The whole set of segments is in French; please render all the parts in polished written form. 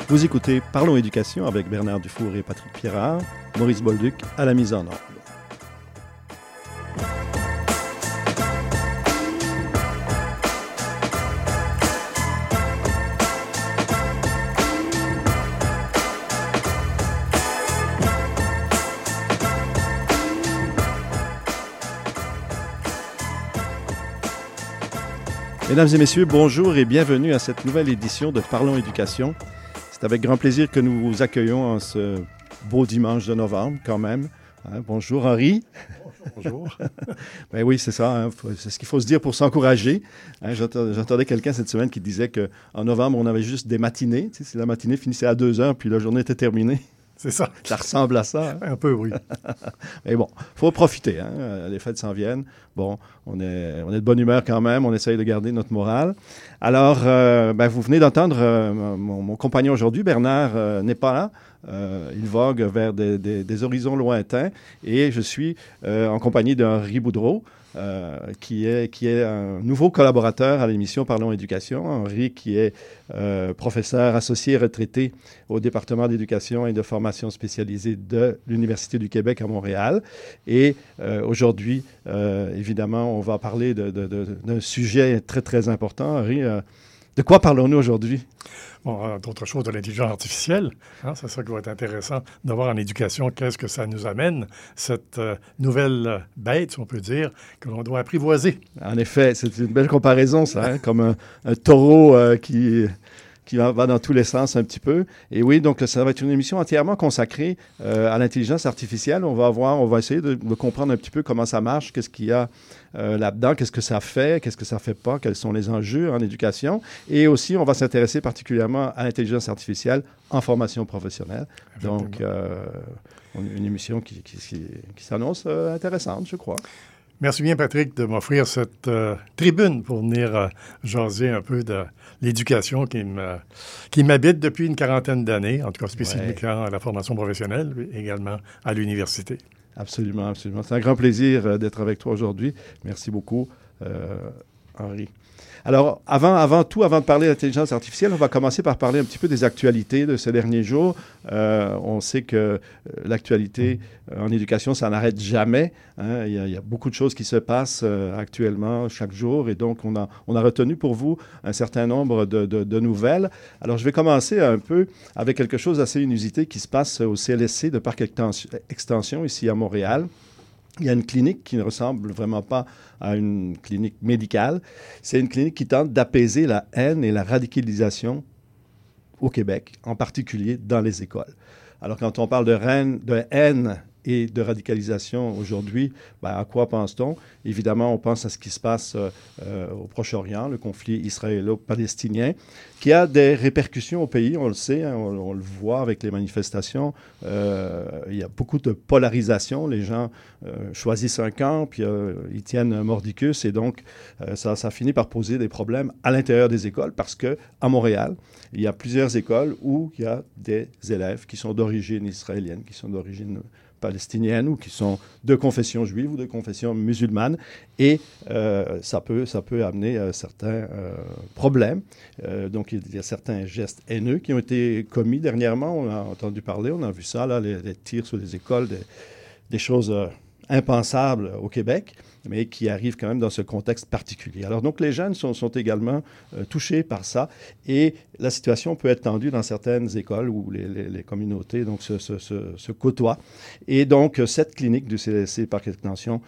Vous écoutez Parlons Éducation avec Bernard Dufour et Patrick Pierrard, Maurice Bolduc à la mise en ordre. Mesdames et messieurs, bonjour et bienvenue à cette nouvelle édition de Parlons Éducation. C'est avec grand plaisir que nous vous accueillons en ce beau dimanche de novembre quand même. Bonjour Henri. Bonjour. Ben oui, c'est ça. C'est ce qu'il faut se dire pour s'encourager. J'entendais quelqu'un cette semaine qui disait qu'en novembre, on avait juste des matinées. Tu sais, si la matinée finissait à 2 heures, puis la journée était terminée. C'est ça. Ça ressemble à ça. Un peu, oui. Mais bon, il faut profiter. Les fêtes s'en viennent. Bon, on est de bonne humeur quand même. On essaye de garder notre morale. Alors, vous venez d'entendre mon compagnon aujourd'hui, Bernard, n'est pas là. Il vogue vers des horizons lointains. Et je suis en compagnie d'Henri Boudreau, qui est un nouveau collaborateur à l'émission Parlons Éducation. Henri qui est professeur associé retraité au département d'éducation et de formation spécialisée de l'Université du Québec à Montréal. Et aujourd'hui, évidemment, on va parler d'un sujet très, très important. Henri, de quoi parlons-nous aujourd'hui? Bon, d'autres choses de l'intelligence artificielle. C'est ça qui va être intéressant de voir en éducation qu'est-ce que ça nous amène, cette nouvelle bête, si on peut dire, que l'on doit apprivoiser. En effet, c'est une belle comparaison, ça, comme un taureau qui va dans tous les sens un petit peu. Et oui, donc ça va être une émission entièrement consacrée à l'intelligence artificielle. On va essayer de comprendre un petit peu comment ça marche, qu'est-ce qu'il y a là-dedans, qu'est-ce que ça fait pas, quels sont les enjeux en éducation. Et aussi, on va s'intéresser particulièrement à l'intelligence artificielle en formation professionnelle. Donc, une émission qui s'annonce intéressante, je crois. Merci bien, Patrick, de m'offrir cette tribune pour venir jaser un peu de l'éducation qui m'habite depuis une quarantaine d'années, en tout cas spécifiquement à la formation professionnelle, mais également à l'université. Absolument, absolument. C'est un grand plaisir d'être avec toi aujourd'hui. Merci beaucoup, Henri. Alors, avant de parler d'intelligence artificielle, on va commencer par parler un petit peu des actualités de ces derniers jours. On sait que l'actualité en éducation, ça n'arrête jamais. Il y a beaucoup de choses qui se passent actuellement, chaque jour. Et donc, on a retenu pour vous un certain nombre de nouvelles. Alors, je vais commencer un peu avec quelque chose d'assez inusité qui se passe au CLSC de Parc Extension, ici à Montréal. Il y a une clinique qui ne ressemble vraiment pas à une clinique médicale. C'est une clinique qui tente d'apaiser la haine et la radicalisation au Québec, en particulier dans les écoles. Alors, quand on parle de haine et de radicalisation aujourd'hui, à quoi pense-t-on? Évidemment, on pense à ce qui se passe au Proche-Orient, le conflit israélo-palestinien, qui a des répercussions au pays, on le sait, on le voit avec les manifestations. Il y a beaucoup de polarisation. Les gens choisissent un camp, puis ils tiennent un mordicus, et donc ça finit par poser des problèmes à l'intérieur des écoles, parce qu'à Montréal, il y a plusieurs écoles où il y a des élèves qui sont d'origine israélienne, qui sont d'origine palestinienne ou qui sont de confession juive ou de confession musulmane. Et ça peut amener certains problèmes. Donc, il y a certains gestes haineux qui ont été commis dernièrement. On a entendu parler, on a vu ça, là, les tirs sur les écoles, des choses impensables au Québec, mais qui arrivent quand même dans ce contexte particulier. Alors, donc, les jeunes sont également touchés par ça, et la situation peut être tendue dans certaines écoles où les communautés donc, se côtoient. Et donc, cette clinique du CLSC Parc Extension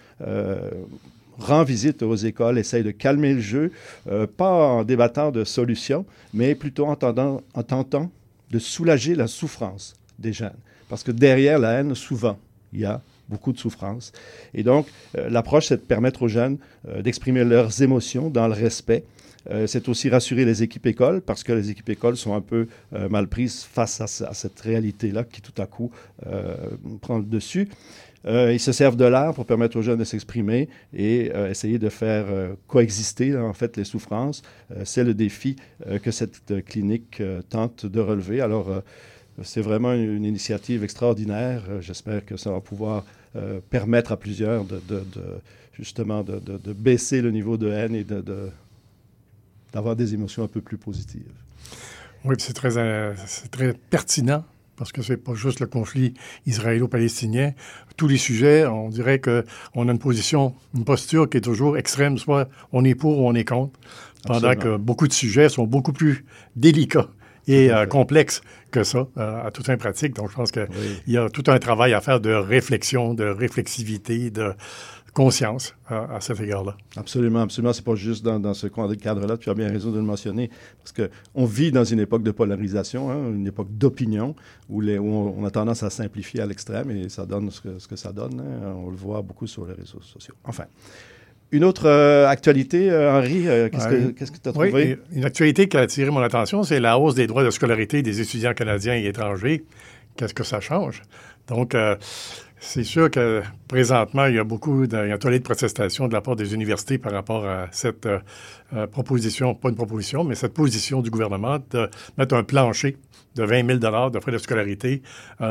rend visite aux écoles, essaye de calmer le jeu, pas en débattant de solutions, mais plutôt en tentant de soulager la souffrance des jeunes. Parce que derrière la haine, souvent, il y a beaucoup de souffrance. Et donc, l'approche, c'est de permettre aux jeunes d'exprimer leurs émotions dans le respect. C'est aussi rassurer les équipes écoles, parce que les équipes écoles sont un peu mal prises face à cette réalité-là qui, tout à coup, prend le dessus. Ils se servent de l'art pour permettre aux jeunes de s'exprimer et essayer de faire coexister, en fait, les souffrances. C'est le défi que cette clinique tente de relever. Alors, c'est vraiment une initiative extraordinaire. J'espère que ça va pouvoir permettre à plusieurs justement de baisser le niveau de haine et d'avoir des émotions un peu plus positives. Oui, c'est très pertinent parce que c'est pas juste le conflit israélo-palestinien. Tous les sujets, on dirait qu'on a une posture qui est toujours extrême, soit on est pour ou on est contre, pendant que beaucoup de sujets sont beaucoup plus délicats et complexes que ça, à toute fin pratique. Donc, je pense qu'il y a tout un travail à faire de réflexion, de réflexivité, de conscience à cet égard-là. Absolument, absolument. C'est pas juste dans ce cadre-là. Tu as bien raison de le mentionner, parce qu'on vit dans une époque de polarisation, une époque d'opinion, où on a tendance à simplifier à l'extrême, et ça donne ce que ça donne. On le voit beaucoup sur les réseaux sociaux. Enfin, une autre actualité, Henri, qu'est-ce que tu as trouvé? Oui, une actualité qui a attiré mon attention, c'est la hausse des droits de scolarité des étudiants canadiens et étrangers. Qu'est-ce que ça change? Donc, c'est sûr que présentement, il y a un tollé de protestation de la part des universités par rapport à cette proposition, pas une proposition, mais cette position du gouvernement de mettre un plancher de 20 000 de frais de scolarité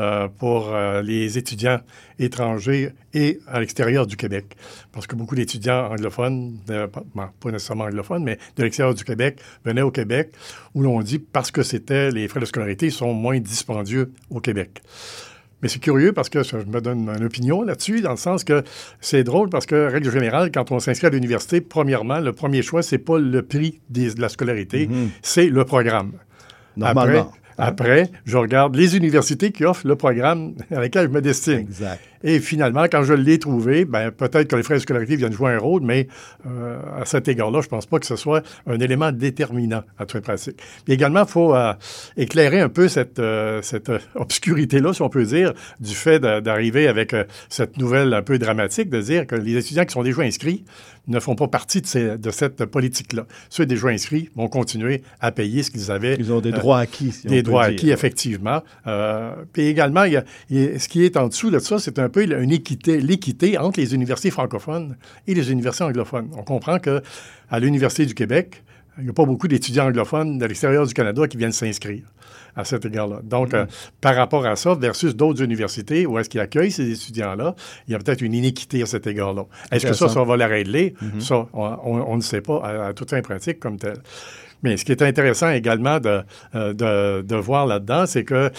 pour les étudiants étrangers et à l'extérieur du Québec. Parce que beaucoup d'étudiants anglophones, pas nécessairement anglophones, mais de l'extérieur du Québec, venaient au Québec, où l'on dit parce que les frais de scolarité sont moins dispendieux au Québec. Mais c'est curieux parce que je me donne une opinion là-dessus, dans le sens que c'est drôle parce que, règle générale, quand on s'inscrit à l'université, premièrement, le premier choix, c'est pas le prix de la scolarité, c'est le programme. Normalement. Après, je regarde les universités qui offrent le programme à laquelle je me destine. Exact. Et finalement, quand je l'ai trouvé, peut-être que les frais de scolarité viennent jouer un rôle, mais à cet égard-là, je ne pense pas que ce soit un élément déterminant à toute pratique. Puis également, il faut éclairer un peu cette obscurité-là, si on peut dire, du fait d'arriver avec cette nouvelle un peu dramatique, de dire que les étudiants qui sont déjà inscrits ne font pas partie de cette politique-là. Ceux déjà inscrits vont continuer à payer ce qu'ils avaient. Ils ont des droits acquis, si on peut dire. Des droits acquis, effectivement. Puis également, ce qui est en dessous de ça, c'est un peu l'équité entre les universités francophones et les universités anglophones. On comprend qu'à l'Université du Québec, il n'y a pas beaucoup d'étudiants anglophones de l'extérieur du Canada qui viennent s'inscrire à cet égard-là. Donc, par rapport à ça, versus d'autres universités où est-ce qu'ils accueillent ces étudiants-là, il y a peut-être une inéquité à cet égard-là. Est-ce que ça va la régler? Ça, on ne sait pas à toute fin pratique comme tel. Mais ce qui est intéressant également de voir là-dedans, c'est que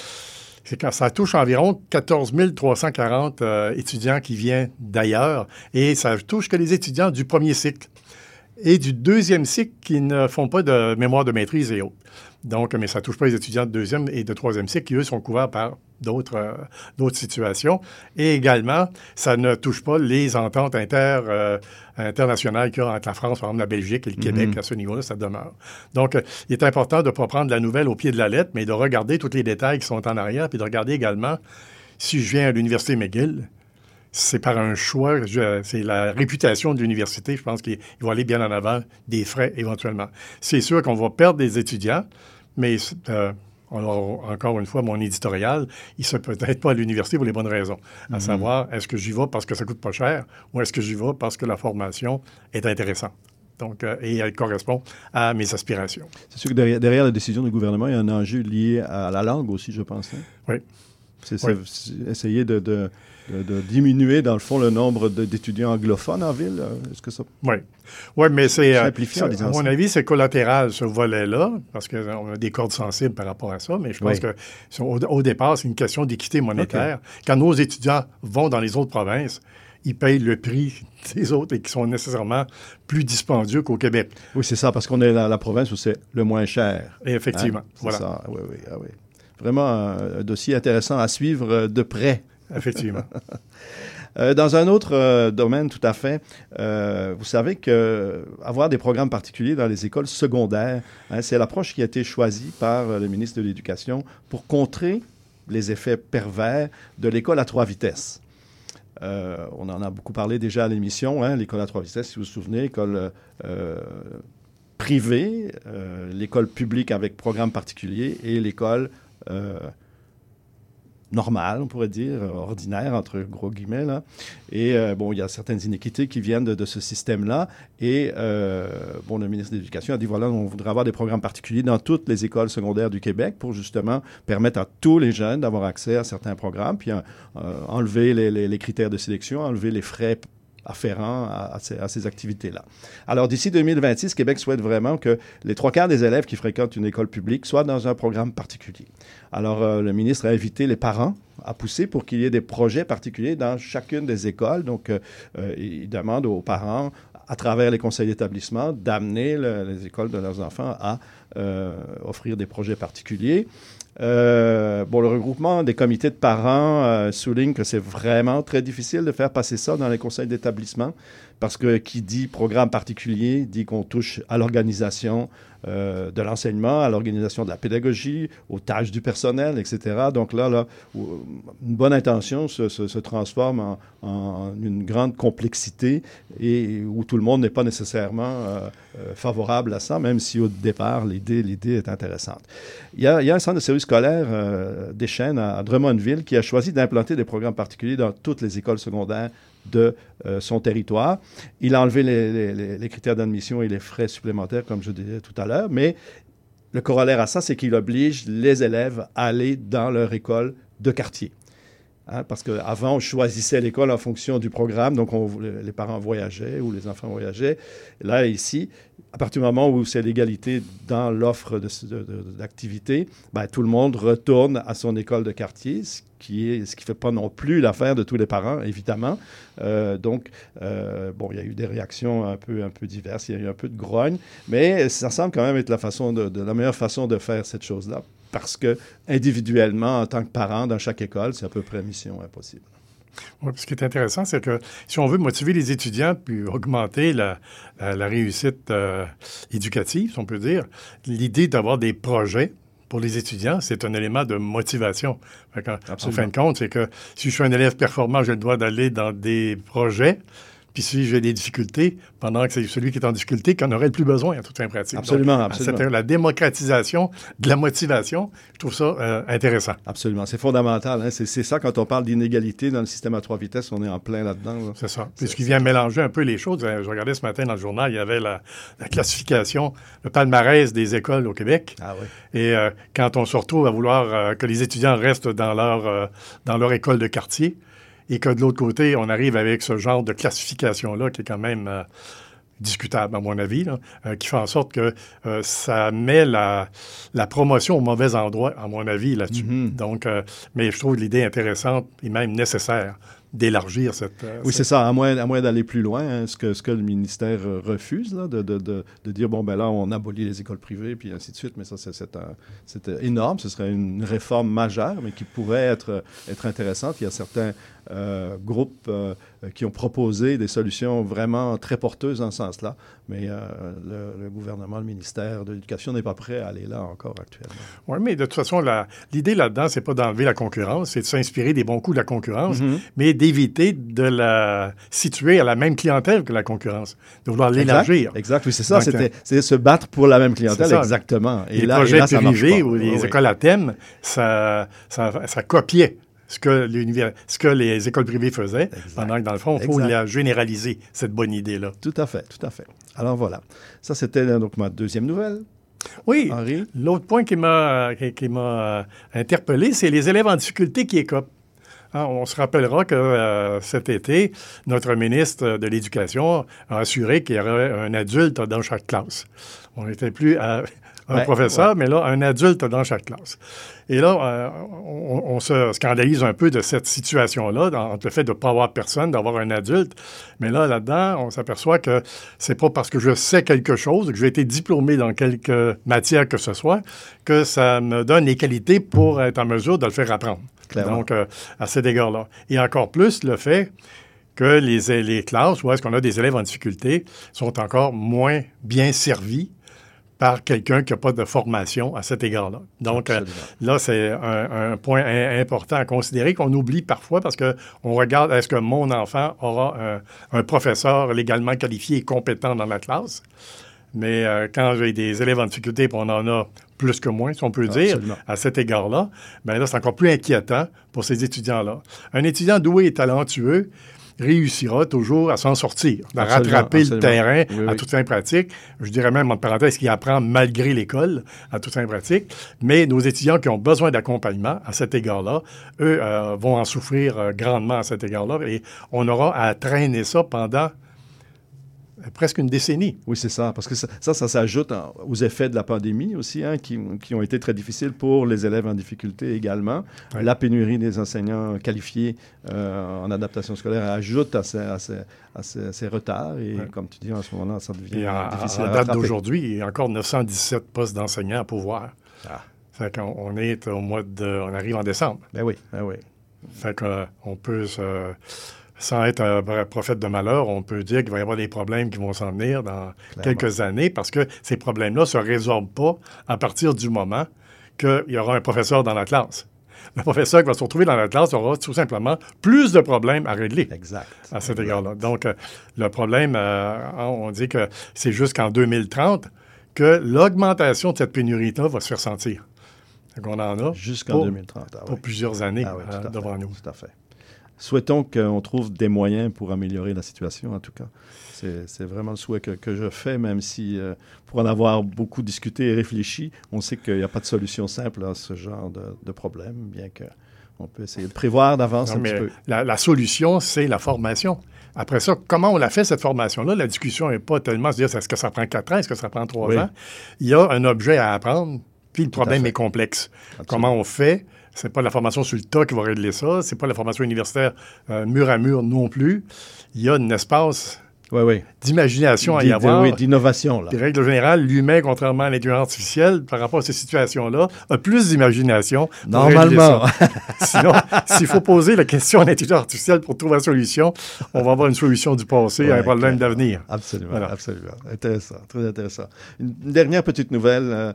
ça touche environ 14 340 étudiants qui viennent d'ailleurs, et ça touche que les étudiants du premier cycle et du deuxième cycle qui ne font pas de mémoire de maîtrise et autres. Donc, mais ça ne touche pas les étudiants de deuxième et de troisième cycle qui, eux, sont couverts par d'autres situations. Et également, ça ne touche pas les ententes internationales qu'il y a entre la France, par exemple, la Belgique et le Québec. À ce niveau-là, ça demeure. Donc, il est important de ne pas prendre la nouvelle au pied de la lettre, mais de regarder tous les détails qui sont en arrière, puis de regarder également, si je viens à l'Université McGill, c'est par un choix, c'est la réputation de l'université, je pense qu'il va aller bien en avant des frais éventuellement. C'est sûr qu'on va perdre des étudiants, mais encore une fois, mon éditorial, il ne se peut-être pas à l'université pour les bonnes raisons. À savoir, est-ce que j'y vais parce que ça coûte pas cher ou est-ce que j'y vais parce que la formation est intéressante? Donc, et elle correspond à mes aspirations. C'est sûr que derrière la décision du gouvernement, il y a un enjeu lié à la langue aussi, je pense. Oui. C'est essayer de diminuer, dans le fond, le nombre d'étudiants anglophones en ville. Est-ce que ça... Oui, mais c'est... à mon avis, c'est collatéral, ce volet-là, parce qu'on a des cordes sensibles par rapport à ça, mais je pense que au départ, c'est une question d'équité monétaire. Okay. Quand nos étudiants vont dans les autres provinces, ils payent le prix des autres et qui sont nécessairement plus dispendieux qu'au Québec. Oui, c'est ça, parce qu'on est dans la province où c'est le moins cher. Et effectivement, voilà. C'est ça, oui. Vraiment un dossier intéressant à suivre de près. Effectivement. Dans un autre domaine tout à fait, vous savez qu'avoir des programmes particuliers dans les écoles secondaires, c'est l'approche qui a été choisie par le ministre de l'Éducation pour contrer les effets pervers de l'école à 3 vitesses. On en a beaucoup parlé déjà à l'émission, l'école à 3 vitesses, si vous vous souvenez, l'école privée, l'école publique avec programme particulier et l'école normale, on pourrait dire, ordinaire, entre gros guillemets, là. Et il y a certaines inéquités qui viennent de ce système-là. Et le ministre de l'Éducation a dit, voilà, on voudrait avoir des programmes particuliers dans toutes les écoles secondaires du Québec pour justement permettre à tous les jeunes d'avoir accès à certains programmes, puis enlever les critères de sélection, enlever les frais afférents à ces activités-là. Alors, d'ici 2026, Québec souhaite vraiment que les 3/4 des élèves qui fréquentent une école publique soient dans un programme particulier. Alors, le ministre a invité les parents à pousser pour qu'il y ait des projets particuliers dans chacune des écoles. Donc, il demande aux parents, à travers les conseils d'établissement, d'amener les écoles de leurs enfants à offrir des projets particuliers. Le regroupement des comités de parents souligne que c'est vraiment très difficile de faire passer ça dans les conseils d'établissement parce que qui dit programme particulier dit qu'on touche à l'organisation de l'enseignement, à l'organisation de la pédagogie, aux tâches du personnel, etc. Donc là, une bonne intention se transforme en une grande complexité et où tout le monde n'est pas nécessairement favorable à ça, même si au départ, l'idée est intéressante. Il y a un centre de service scolaire des Chênes à Drummondville qui a choisi d'implanter des programmes particuliers dans toutes les écoles secondaires de son territoire. Il a enlevé les critères d'admission et les frais supplémentaires, comme je disais tout à l'heure, mais le corollaire à ça, c'est qu'il oblige les élèves à aller dans leur école de quartier. Parce qu'avant, on choisissait l'école en fonction du programme, donc les parents voyageaient ou les enfants voyageaient. Là, ici, à partir du moment où c'est l'égalité dans l'offre d'activité, tout le monde retourne à son école de quartier, ce qui ne fait pas non plus l'affaire de tous les parents, évidemment. Il y a eu des réactions un peu diverses, il y a eu un peu de grogne, mais ça semble quand même être la meilleure façon de faire cette chose-là. Parce que individuellement, en tant que parent, dans chaque école, c'est à peu près mission impossible. Oui, ce qui est intéressant, c'est que si on veut motiver les étudiants puis augmenter la réussite éducative, si on peut dire, l'idée d'avoir des projets pour les étudiants, c'est un élément de motivation. En fin de compte, c'est que si je suis un élève performant, j'ai le droit d'aller dans des projets. Puis si j'ai des difficultés, pendant que c'est celui qui est en difficulté qui en aurait le plus besoin, en toute fin pratique. Absolument, donc, absolument. La démocratisation de la motivation, je trouve ça intéressant. Absolument. C'est fondamental. Hein? C'est ça, quand on parle d'inégalité dans le système à 3 vitesses, on est en plein là-dedans. Là. C'est ça. Puis ce qui vient mélanger un peu les choses, je regardais ce matin dans le journal, il y avait la classification, le palmarès des écoles au Québec. Ah oui. Et quand on se retrouve à vouloir que les étudiants restent dans leur école de quartier, et que de l'autre côté, on arrive avec ce genre de classification-là qui est quand même discutable, à mon avis, là, qui fait en sorte que ça met la promotion au mauvais endroit, à mon avis, là-dessus. Mm-hmm. Donc, mais je trouve l'idée intéressante et même nécessaire d'élargir cette... Oui, c'est ça, à moins d'aller plus loin, hein, ce que le ministère refuse, là, de dire, là, on abolit les écoles privées, puis ainsi de suite, mais ça, c'est énorme, ce serait une réforme majeure, mais qui pourrait être intéressante. Il y a certains groupes qui ont proposé des solutions vraiment très porteuses dans ce sens-là, mais le gouvernement, le ministère de l'Éducation n'est pas prêt à aller là encore actuellement. Oui, mais de toute façon, l'idée là-dedans, c'est pas d'enlever la concurrence, c'est de s'inspirer des bons coups de la concurrence, mais d'éviter de la situer à la même clientèle que la concurrance, de vouloir l'élargir. Exact, oui, c'est ça, c'est se battre pour la même clientèle, exactement. Et les projets privés ou les écoles à thème, ça copiait ce que les écoles privées faisaient, pendant que, dans le fond, il faut la généraliser, cette bonne idée-là. Tout à fait, tout à fait. Alors voilà, ça c'était donc ma deuxième nouvelle. Oui, Henri? L'autre point qui m'a interpellé, c'est les élèves en difficulté qui écopent. On se rappellera que cet été, notre ministre de l'Éducation a assuré qu'il y aurait un adulte dans chaque classe. On n'était plus à un professeur, mais là, un adulte dans chaque classe. Et là, on se scandalise un peu de cette situation-là, entre le fait de ne pas avoir personne, d'avoir un adulte. Mais là-dedans, on s'aperçoit que c'est pas parce que je sais quelque chose, que j'ai été diplômé dans quelque matière que ce soit, que ça me donne les qualités pour être en mesure de le faire apprendre. Clairement. Donc, à cet égard-là. Et encore plus, le fait que les classes où est-ce qu'on a des élèves en difficulté sont encore moins bien servies par quelqu'un qui n'a pas de formation à cet égard-là. Donc, là, c'est un point important à considérer qu'on oublie parfois parce qu'on regarde, est-ce que mon enfant aura un professeur légalement qualifié et compétent dans la classe? Mais quand j'ai des élèves en difficulté, puis on en a plus que moins, si on peut dire, à cet égard-là, bien là, c'est encore plus inquiétant pour ces étudiants-là. Un étudiant doué et talentueux, réussira toujours à s'en sortir, à Absolument, rattraper absolument. le terrain Oui, à oui. toute fin pratique. Je dirais même, en parenthèse, qu'il apprend malgré l'école à toute fin pratique. Mais nos étudiants qui ont besoin d'accompagnement à cet égard-là, eux, vont en souffrir grandement à cet égard-là. Et on aura à traîner ça pendant presque une décennie. Oui, c'est ça, parce que ça s'ajoute aux effets de la pandémie aussi, hein, qui ont été très difficiles pour les élèves en difficulté également. Oui. La pénurie des enseignants qualifiés en adaptation scolaire ajoute à ces retards, et comme tu dis, en ce moment-là, ça devient difficile à date rattraper. d'aujourd'hui, il y a encore 917 postes d'enseignants à pourvoir. Ah. Fait qu'on est au mois de... On arrive en décembre. Ben oui, ben oui. Fait qu'on peut sans être un prophète de malheur, on peut dire qu'il va y avoir des problèmes qui vont s'en venir dans quelques années parce que ces problèmes-là ne se résorbent pas à partir du moment qu'il y aura un professeur dans la classe. Le professeur qui va se retrouver dans la classe aura tout simplement plus de problèmes à régler. Exact. À cet égard-là. Donc, le problème, on dit que c'est jusqu'en 2030 que l'augmentation de cette pénurie-là va se faire sentir. Donc, on en a jusqu'en 2030. Pour plusieurs années devant nous. Tout à fait. Souhaitons qu'on trouve des moyens pour améliorer la situation, en tout cas. C'est vraiment le souhait que je fais, même si, pour en avoir beaucoup discuté et réfléchi, on sait qu'il n'y a pas de solution simple à ce genre de problème, bien qu'on peut essayer de prévoir d'avance un petit peu. La solution, c'est la formation. Après ça, comment on la fait, cette formation-là? La discussion n'est pas tellement de dire est-ce que ça prend 4 ans, est-ce que ça prend 3 ans? Il y a un objet à apprendre, puis le problème est complexe. Absolument. Comment on fait? C'est pas la formation sur le tas qui va régler ça. C'est pas la formation universitaire mur à mur non plus. Il y a un espace d'imagination à y avoir. Oui, d'innovation. Puis, règle générale, l'humain, contrairement à l'intelligence artificielle, par rapport à ces situations-là, a plus d'imagination. Normalement. Sinon, s'il faut poser la question à l'intelligence artificielle pour trouver la solution, on va avoir une solution du passé à un problème d'avenir. Absolument, absolument. Intéressant, très intéressant. Une dernière petite nouvelle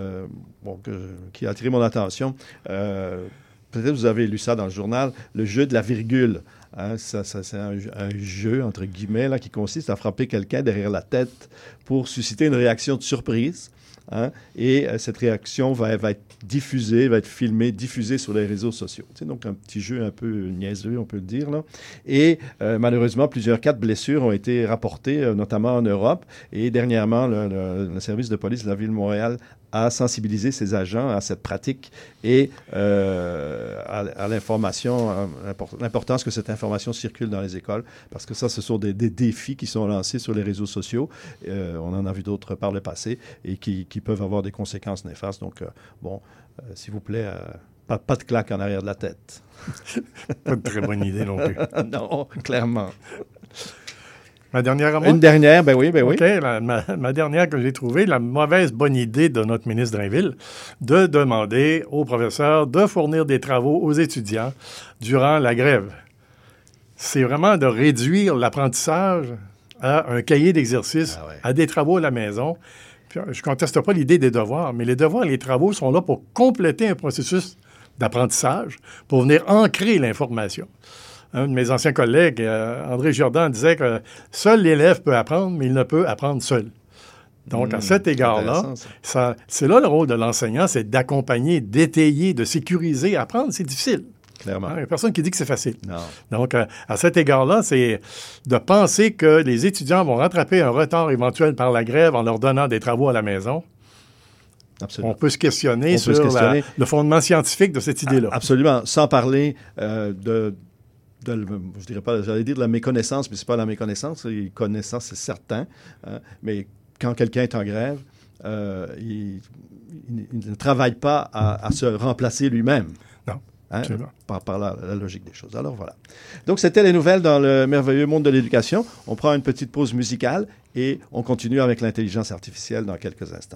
qui a attiré mon attention. Peut-être vous avez lu ça dans le journal, le jeu de la virgule. Hein, c'est un jeu, entre guillemets, là, qui consiste à frapper quelqu'un derrière la tête pour susciter une réaction de surprise. Hein, et cette réaction va être diffusée, va être filmée, diffusée sur les réseaux sociaux. C'est donc un petit jeu un peu niaiseux, on peut le dire. Là. Et malheureusement, plusieurs cas de blessures ont été rapportés, notamment en Europe. Et dernièrement, le service de police de la ville de Montréal à sensibiliser ses agents à cette pratique et à l'information, l'importance que cette information circule dans les écoles, parce que ça, ce sont des défis qui sont lancés sur les réseaux sociaux. On en a vu d'autres par le passé et qui peuvent avoir des conséquences néfastes. Donc, s'il vous plaît, pas de claque en arrière de la tête. Pas de très bonne idée non plus. Non, clairement. Ma dernière à moi? Une dernière, ben oui. OK, ma dernière que j'ai trouvée, la mauvaise bonne idée de notre ministre Drainville de demander aux professeurs de fournir des travaux aux étudiants durant la grève. C'est vraiment de réduire l'apprentissage à un cahier d'exercice, à des travaux à la maison. Puis, je ne conteste pas l'idée des devoirs, mais les devoirs et les travaux sont là pour compléter un processus d'apprentissage, pour venir ancrer l'information. Un de mes anciens collègues, André Jourdan, disait que seul l'élève peut apprendre, mais il ne peut apprendre seul. Donc, à cet égard-là, c'est là le rôle de l'enseignant, c'est d'accompagner, d'étayer, de sécuriser. Apprendre, c'est difficile. Clairement. Il n'y a personne qui dit que c'est facile. Non. Donc, à cet égard-là, c'est de penser que les étudiants vont rattraper un retard éventuel par la grève en leur donnant des travaux à la maison. Absolument. On peut se questionner sur le fondement scientifique de cette idée-là. Absolument. Sans parler je dirais pas, j'allais dire de la méconnaissance, mais c'est pas la méconnaissance. Connaissance, c'est certain. Mais quand quelqu'un est en grève, il ne travaille pas à se remplacer lui-même. Non. Hein, par la logique des choses. Alors voilà. Donc c'était les nouvelles dans le merveilleux monde de l'éducation. On prend une petite pause musicale et on continue avec l'intelligence artificielle dans quelques instants.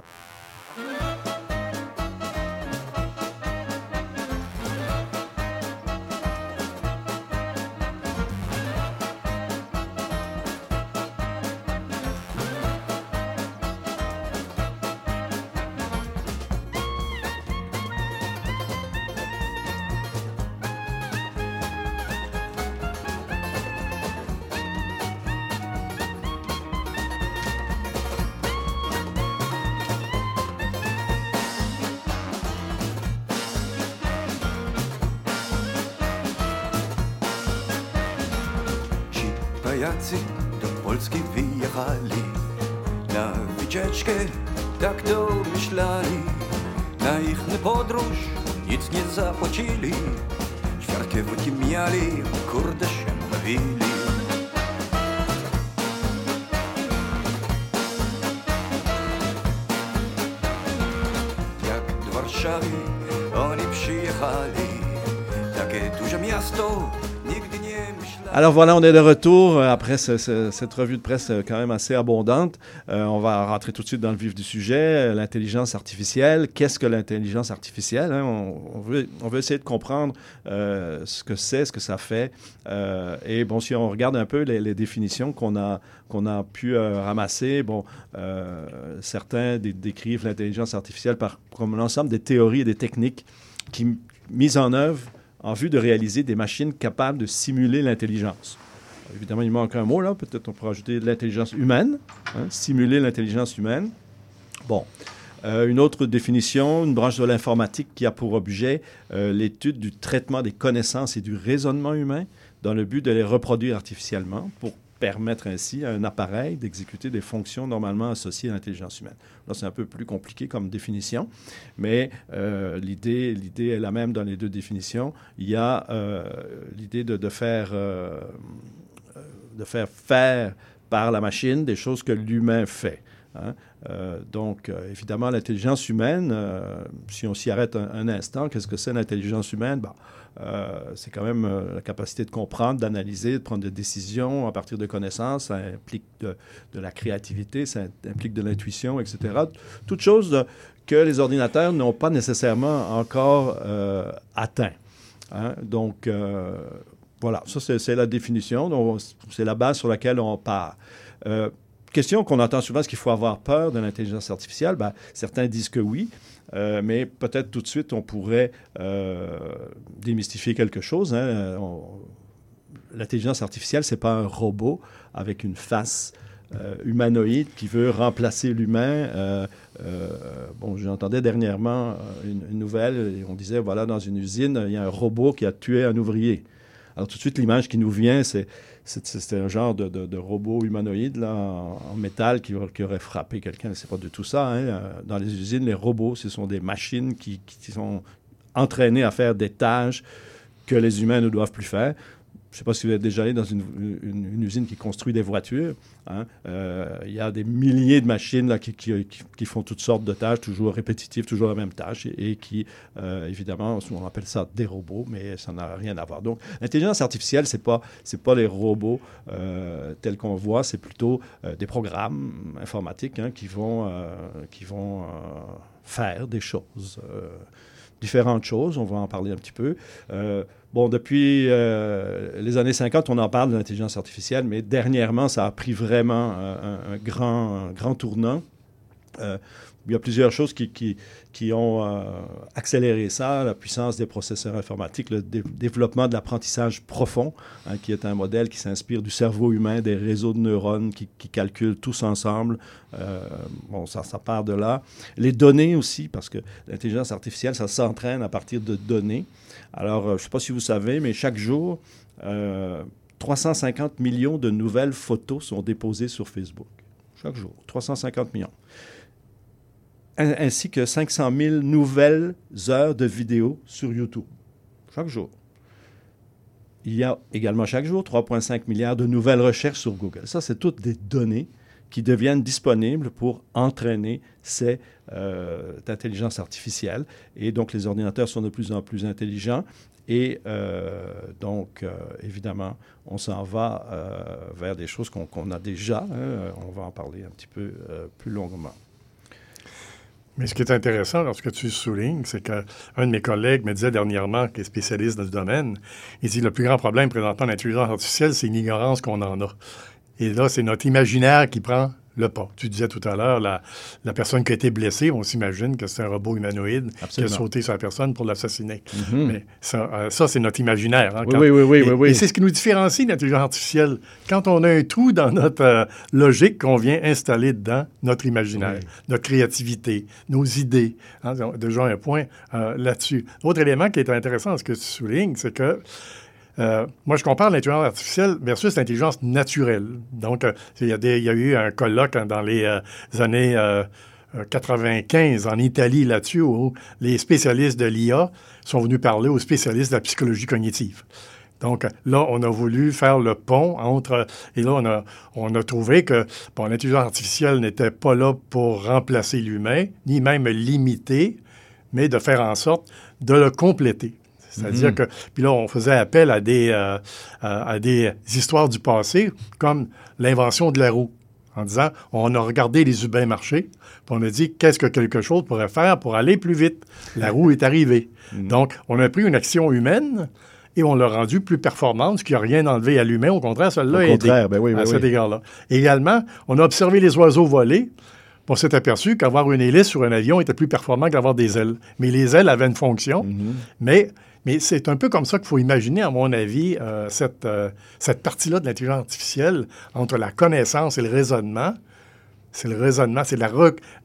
Austriacy do Polski wyjechali. Na wycieczkę tak to myśleli. Na ich podróż nic nie zapłacili. Świarkiewki mieli, kurde się bawili. Jak do Warszawy oni przyjechali. Takie duże miasto nigdy nie myśleli. Alors voilà, on est de retour après cette revue de presse quand même assez abondante. On va rentrer tout de suite dans le vif du sujet, l'intelligence artificielle. Qu'est-ce que l'intelligence artificielle? Hein? On veut essayer de comprendre ce que c'est, ce que ça fait. Et bon, si on regarde un peu les définitions qu'on a pu ramasser, bon, certains décrivent l'intelligence artificielle comme l'ensemble des théories et des techniques qui, mises en œuvre en vue de réaliser des machines capables de simuler l'intelligence. Alors, évidemment, il manque un mot là. Peut-être on pourrait ajouter de l'intelligence humaine. Hein, simuler l'intelligence humaine. Bon. Une autre définition, une branche de l'informatique qui a pour objet l'étude du traitement des connaissances et du raisonnement humain dans le but de les reproduire artificiellement pour permettre ainsi à un appareil d'exécuter des fonctions normalement associées à l'intelligence humaine. Là, c'est un peu plus compliqué comme définition, mais l'idée est la même dans les deux définitions. Il y a l'idée de faire par la machine des choses que l'humain fait. Hein? Donc, évidemment, l'intelligence humaine, si on s'y arrête un instant, qu'est-ce que c'est l'intelligence humaine? Bon, c'est quand même la capacité de comprendre, d'analyser, de prendre des décisions à partir de connaissances. Ça implique de la créativité, ça implique de l'intuition, etc. Toutes choses que les ordinateurs n'ont pas nécessairement encore atteint. Hein? Donc, voilà, ça c'est la définition. Donc, c'est la base sur laquelle on part. Question qu'on entend souvent, est-ce qu'il faut avoir peur de l'intelligence artificielle? Ben, certains disent que oui, mais peut-être tout de suite, on pourrait démystifier quelque chose. Hein. L'intelligence artificielle, ce n'est pas un robot avec une face humanoïde qui veut remplacer l'humain. Bon, j'entendais dernièrement une nouvelle, et on disait, voilà, dans une usine, il y a un robot qui a tué un ouvrier. Alors, tout de suite, l'image qui nous vient, c'est un genre de robot humanoïde là, en métal qui aurait frappé quelqu'un. C'est pas du tout ça. Hein. Dans les usines, les robots, ce sont des machines qui sont entraînées à faire des tâches que les humains ne doivent plus faire. Je ne sais pas si vous êtes déjà allé dans une usine qui construit des voitures. Hein. Il y a des milliers de machines là, qui font toutes sortes de tâches, toujours répétitives, toujours la même tâche, et qui, évidemment, on appelle ça des robots, mais ça n'a rien à voir. Donc, l'intelligence artificielle, c'est pas les robots tels qu'on voit, c'est plutôt des programmes informatiques hein, qui vont faire des choses. Différentes choses, on va en parler un petit peu. Bon, depuis les années 50, on en parle de l'intelligence artificielle, mais dernièrement, ça a pris vraiment un grand tournant. Il y a plusieurs choses qui ont accéléré ça, la puissance des processeurs informatiques, le développement de l'apprentissage profond, hein, qui est un modèle qui s'inspire du cerveau humain, des réseaux de neurones qui calculent tous ensemble. Bon, ça part de là. Les données aussi, parce que l'intelligence artificielle, ça s'entraîne à partir de données. Alors, je ne sais pas si vous savez, mais chaque jour, 350 millions de nouvelles photos sont déposées sur Facebook. Chaque jour, 350 millions. Ainsi que 500 000 nouvelles heures de vidéos sur YouTube. Chaque jour. Il y a également chaque jour 3,5 milliards de nouvelles recherches sur Google. Ça, c'est toutes des données qui deviennent disponibles pour entraîner cette intelligence artificielle. Et donc, les ordinateurs sont de plus en plus intelligents. Et donc, évidemment, on s'en va vers des choses qu'on a déjà. Hein. On va en parler un petit peu plus longuement. Mais ce qui est intéressant lorsque tu soulignes, c'est qu'un de mes collègues me disait dernièrement, qui est spécialiste dans ce domaine, il dit le plus grand problème présentant l'intelligence artificielle, c'est l'ignorance qu'on en a. Et là, c'est notre imaginaire qui prend le pas. Tu disais tout à l'heure, la personne qui a été blessée, on s'imagine que c'est un robot humanoïde qui a sauté sur la personne pour l'assassiner. Mm-hmm. Mais ça, c'est notre imaginaire. Hein, oui. Et c'est ce qui nous différencie de l'intelligence artificielle. Quand on a un trou dans notre logique qu'on vient installer dedans, notre imaginaire, notre créativité, nos idées. Hein, déjà un point là-dessus. L'autre élément qui est intéressant, ce que tu soulignes, c'est que moi, je compare l'intelligence artificielle versus l'intelligence naturelle. Donc, il y a eu un colloque dans les années 95 en Italie là-dessus, où les spécialistes de l'IA sont venus parler aux spécialistes de la psychologie cognitive. Donc là, on a voulu faire le pont entre... Et là, on a trouvé que l'intelligence artificielle n'était pas là pour remplacer l'humain, ni même l'imiter, mais de faire en sorte de le compléter. C'est-à-dire que... Puis là, on faisait appel à des histoires du passé, comme l'invention de la roue, en disant, on a regardé les humains marcher, puis on a dit, qu'est-ce que quelque chose pourrait faire pour aller plus vite? La roue est arrivée. Donc, on a pris une action humaine et on l'a rendue plus performante, ce qui n'a rien enlevé à l'humain. Au contraire, celle-là a aidé à cet égard-là. Également, on a observé les oiseaux voler. On s'est aperçu qu'avoir une hélice sur un avion était plus performant qu'avoir des ailes. Mais les ailes avaient une fonction. Mais c'est un peu comme ça qu'il faut imaginer, à mon avis, cette partie-là de l'intelligence artificielle entre la connaissance et le raisonnement. C'est le raisonnement, c'est la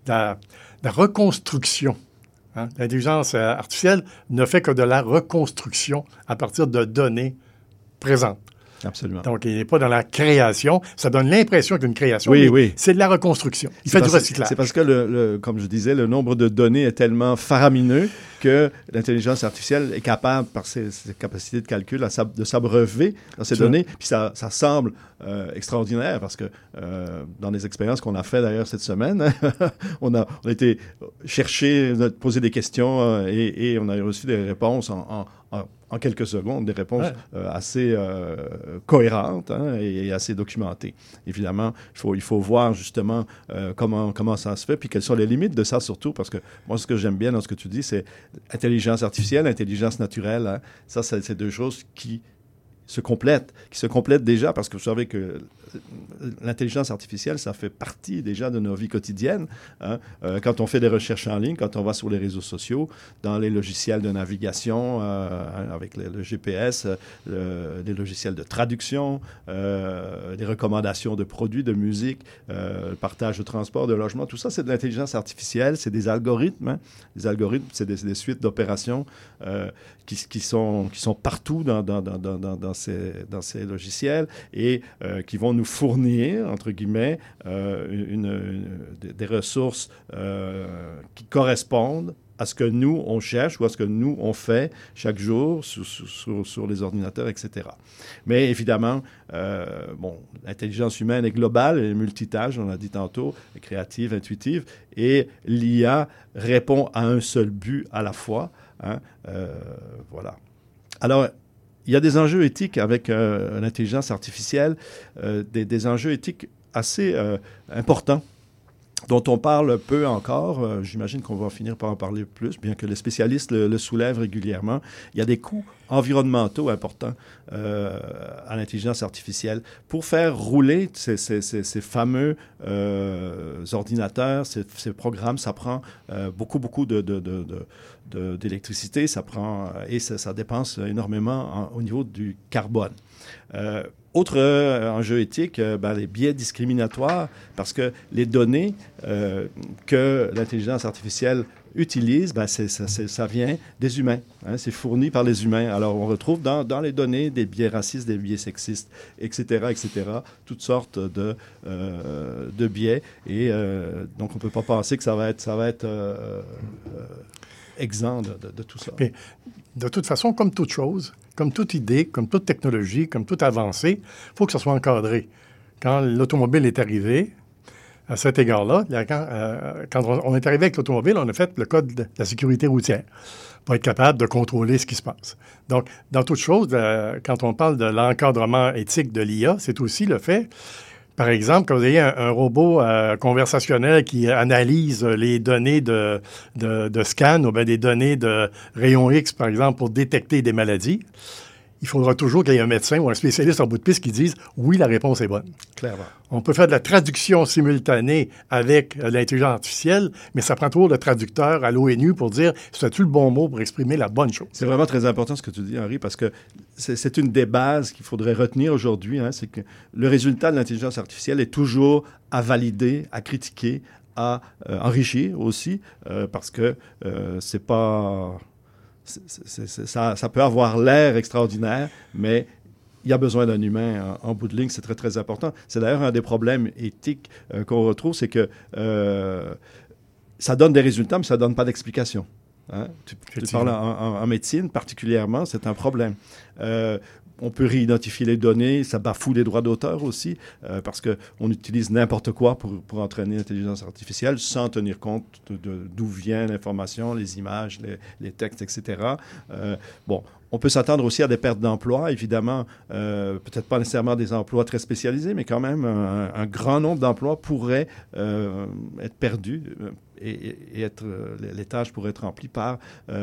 reconstruction. Hein? L'intelligence artificielle ne fait que de la reconstruction à partir de données présentes. Absolument. Donc, il n'est pas dans la création. Ça donne l'impression d'une création, oui. C'est de la reconstruction. Il fait du recyclage. C'est parce que, comme je disais, le nombre de données est tellement faramineux que l'intelligence artificielle est capable, par ses capacités de calcul, de s'abreuver dans ces données. Puis ça semble extraordinaire parce que dans les expériences qu'on a faites d'ailleurs cette semaine, on a été chercher, on a posé des questions et on a reçu des réponses en quelques secondes, des réponses assez cohérentes et assez documentées. Évidemment, il faut voir justement comment ça se fait, puis quelles sont les limites de ça surtout, parce que moi, ce que j'aime bien dans ce que tu dis, c'est intelligence artificielle, intelligence naturelle. Hein. Ça, c'est deux choses qui se complètent déjà, parce que vous savez que l'intelligence artificielle, ça fait partie déjà de nos vies quotidiennes. Hein? Quand on fait des recherches en ligne, quand on va sur les réseaux sociaux, dans les logiciels de navigation, avec le GPS, des logiciels de traduction, des recommandations de produits, de musique, le partage de transport, de logement, tout ça, c'est de l'intelligence artificielle, c'est des algorithmes. Hein? Les algorithmes, c'est des suites d'opérations qui sont partout dans ces logiciels et qui vont nous fournir, entre guillemets, des ressources qui correspondent à ce que nous, on cherche ou à ce que nous, on fait chaque jour sur les ordinateurs, etc. Mais évidemment, l'intelligence humaine est globale, elle est multitâche, on l'a dit tantôt, elle est créative, intuitive, et l'IA répond à un seul but à la fois. Hein? Voilà. Alors, il y a des enjeux éthiques avec l'intelligence artificielle, des enjeux éthiques assez importants dont on parle peu encore. J'imagine qu'on va finir par en parler plus, bien que les spécialistes le soulèvent régulièrement. Il y a des coûts environnementaux importants à l'intelligence artificielle. Pour faire rouler ces fameux ordinateurs, ces programmes, ça prend beaucoup d'électricité, et ça dépense énormément au niveau du carbone. Autre enjeu éthique, les biais discriminatoires, parce que les données que l'intelligence artificielle utilise, ça vient des humains. Hein, c'est fourni par les humains. Alors, on retrouve dans les données des biais racistes, des biais sexistes, etc., toutes sortes de biais. Et donc, on ne peut pas penser que ça va être exempt de tout ça. Mais, de toute façon, comme toute chose, comme toute idée, comme toute technologie, comme toute avancée, il faut que ça soit encadré. Quand l'automobile est arrivée, à cet égard-là, quand on est arrivé avec l'automobile, on a fait le code de la sécurité routière pour être capable de contrôler ce qui se passe. Donc, dans toute chose, quand on parle de l'encadrement éthique de l'IA, c'est aussi le fait, par exemple, quand vous avez un robot conversationnel qui analyse les données de scan ou bien des données de rayons X, par exemple, pour détecter des maladies, il faudra toujours qu'il y ait un médecin ou un spécialiste en bout de piste qui dise « oui, la réponse est bonne ». Clairement. On peut faire de la traduction simultanée avec l'intelligence artificielle, mais ça prend toujours le traducteur à l'ONU pour dire « c'est-tu le bon mot pour exprimer la bonne chose ». C'est vraiment très important ce que tu dis, Henri, parce que c'est une des bases qu'il faudrait retenir aujourd'hui. Hein, c'est que le résultat de l'intelligence artificielle est toujours à valider, à critiquer, à enrichir aussi, parce que c'est pas ça peut avoir l'air extraordinaire, mais il y a besoin d'un humain en bout de ligne. C'est très, très important. C'est d'ailleurs un des problèmes éthiques qu'on retrouve, c'est que ça donne des résultats, mais ça ne donne pas d'explication. Hein? Tu parles en médecine particulièrement, c'est un problème. On peut réidentifier les données, ça bafoue les droits d'auteur aussi, parce qu'on utilise n'importe quoi pour entraîner l'intelligence artificielle sans tenir compte d'où vient l'information, les images, les textes, etc. On peut s'attendre aussi à des pertes d'emplois, évidemment, peut-être pas nécessairement des emplois très spécialisés, mais quand même un grand nombre d'emplois pourraient être perdus et les tâches pourraient être remplies par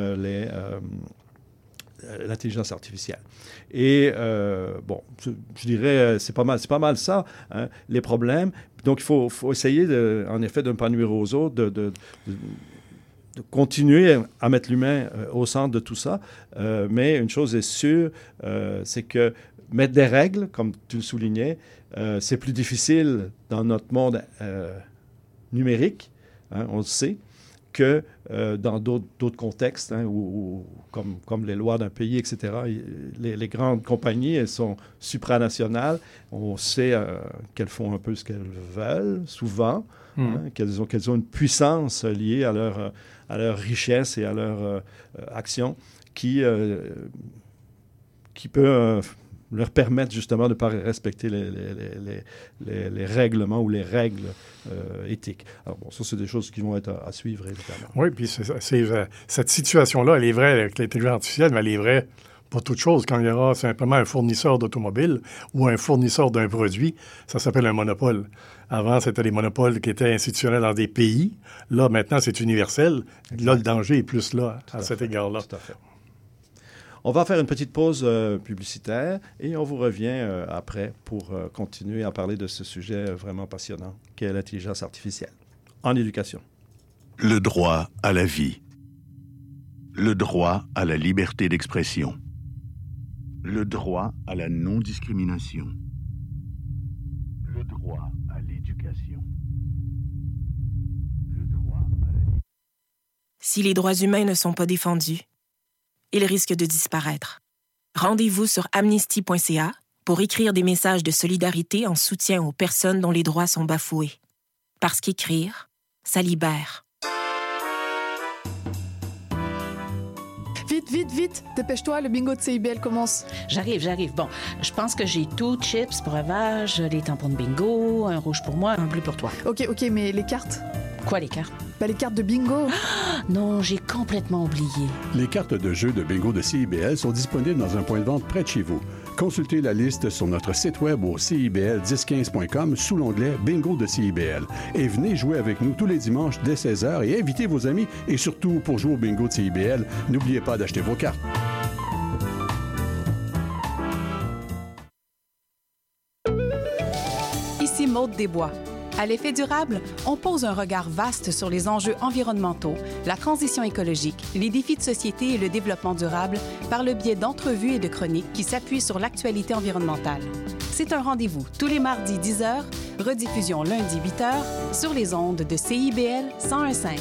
l'intelligence artificielle. Et je dirais, c'est pas mal ça, hein, les problèmes. Donc, il faut essayer, en effet, de ne pas nuire aux autres, de continuer à mettre l'humain au centre de tout ça. Mais une chose est sûre, c'est que mettre des règles, comme tu le soulignais, c'est plus difficile dans notre monde numérique, hein, on le sait, que dans d'autres contextes, hein, où, comme les lois d'un pays, etc., les grandes compagnies, elles sont supranationales. On sait qu'elles font un peu ce qu'elles veulent, souvent, hein, qu'elles ont une puissance liée à leur richesse et à leur action qui peut leur permettre justement de ne pas respecter les règlements ou les règles éthiques. Alors bon, ça, c'est des choses qui vont être à suivre, évidemment. Oui, puis cette situation-là, elle est vraie avec l'intelligence artificielle, mais elle est vraie pour toute chose. Quand il y aura simplement un fournisseur d'automobile ou un fournisseur d'un produit, ça s'appelle un monopole. Avant, c'était des monopoles qui étaient institutionnels dans des pays. Là, maintenant, c'est universel. Exact. Là, le danger est plus là, à cet égard-là. Tout à fait. On va faire une petite pause publicitaire et on vous revient après pour continuer à parler de ce sujet vraiment passionnant qu'est l'intelligence artificielle en éducation. Le droit à la vie. Le droit à la liberté d'expression. Le droit à la non-discrimination. Le droit à l'éducation. Le droit à la... Si les droits humains ne sont pas défendus, ils risquent de disparaître. Rendez-vous sur amnesty.ca pour écrire des messages de solidarité en soutien aux personnes dont les droits sont bafoués. Parce qu'écrire, ça libère. Vite, dépêche-toi, le bingo de CIBL commence. J'arrive. Bon, je pense que j'ai tout, chips, breuvage, les tampons de bingo, un rouge pour moi, un bleu pour toi. OK, mais les cartes? Quoi, les cartes? Les cartes de bingo. Non, j'ai complètement oublié. Les cartes de jeu de bingo de CIBL sont disponibles dans un point de vente près de chez vous. Consultez la liste sur notre site web au cibl1015.com sous l'onglet Bingo de CIBL. Et venez jouer avec nous tous les dimanches dès 16h et invitez vos amis. Et surtout, pour jouer au bingo de CIBL, n'oubliez pas d'acheter vos cartes. Ici Maude Desbois. À l'effet durable, on pose un regard vaste sur les enjeux environnementaux, la transition écologique, les défis de société et le développement durable par le biais d'entrevues et de chroniques qui s'appuient sur l'actualité environnementale. C'est un rendez-vous tous les mardis 10h, rediffusion lundi 8h sur les ondes de CIBL 101.5.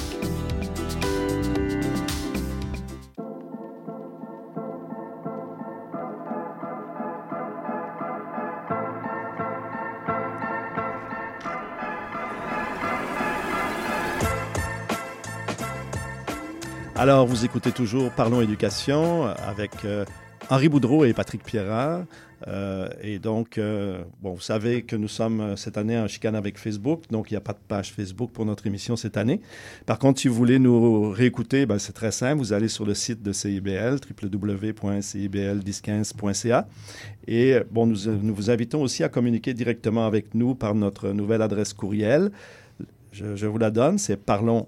Alors, vous écoutez toujours Parlons Éducation avec Henri Boudreau et Patrick Pierrat. Et donc, vous savez que nous sommes cette année en chicane avec Facebook, donc il n'y a pas de page Facebook pour notre émission cette année. Par contre, si vous voulez nous réécouter, c'est très simple. Vous allez sur le site de CIBL, www.cibl1015.ca. Et nous vous invitons aussi à communiquer directement avec nous par notre nouvelle adresse courriel. Je vous la donne, c'est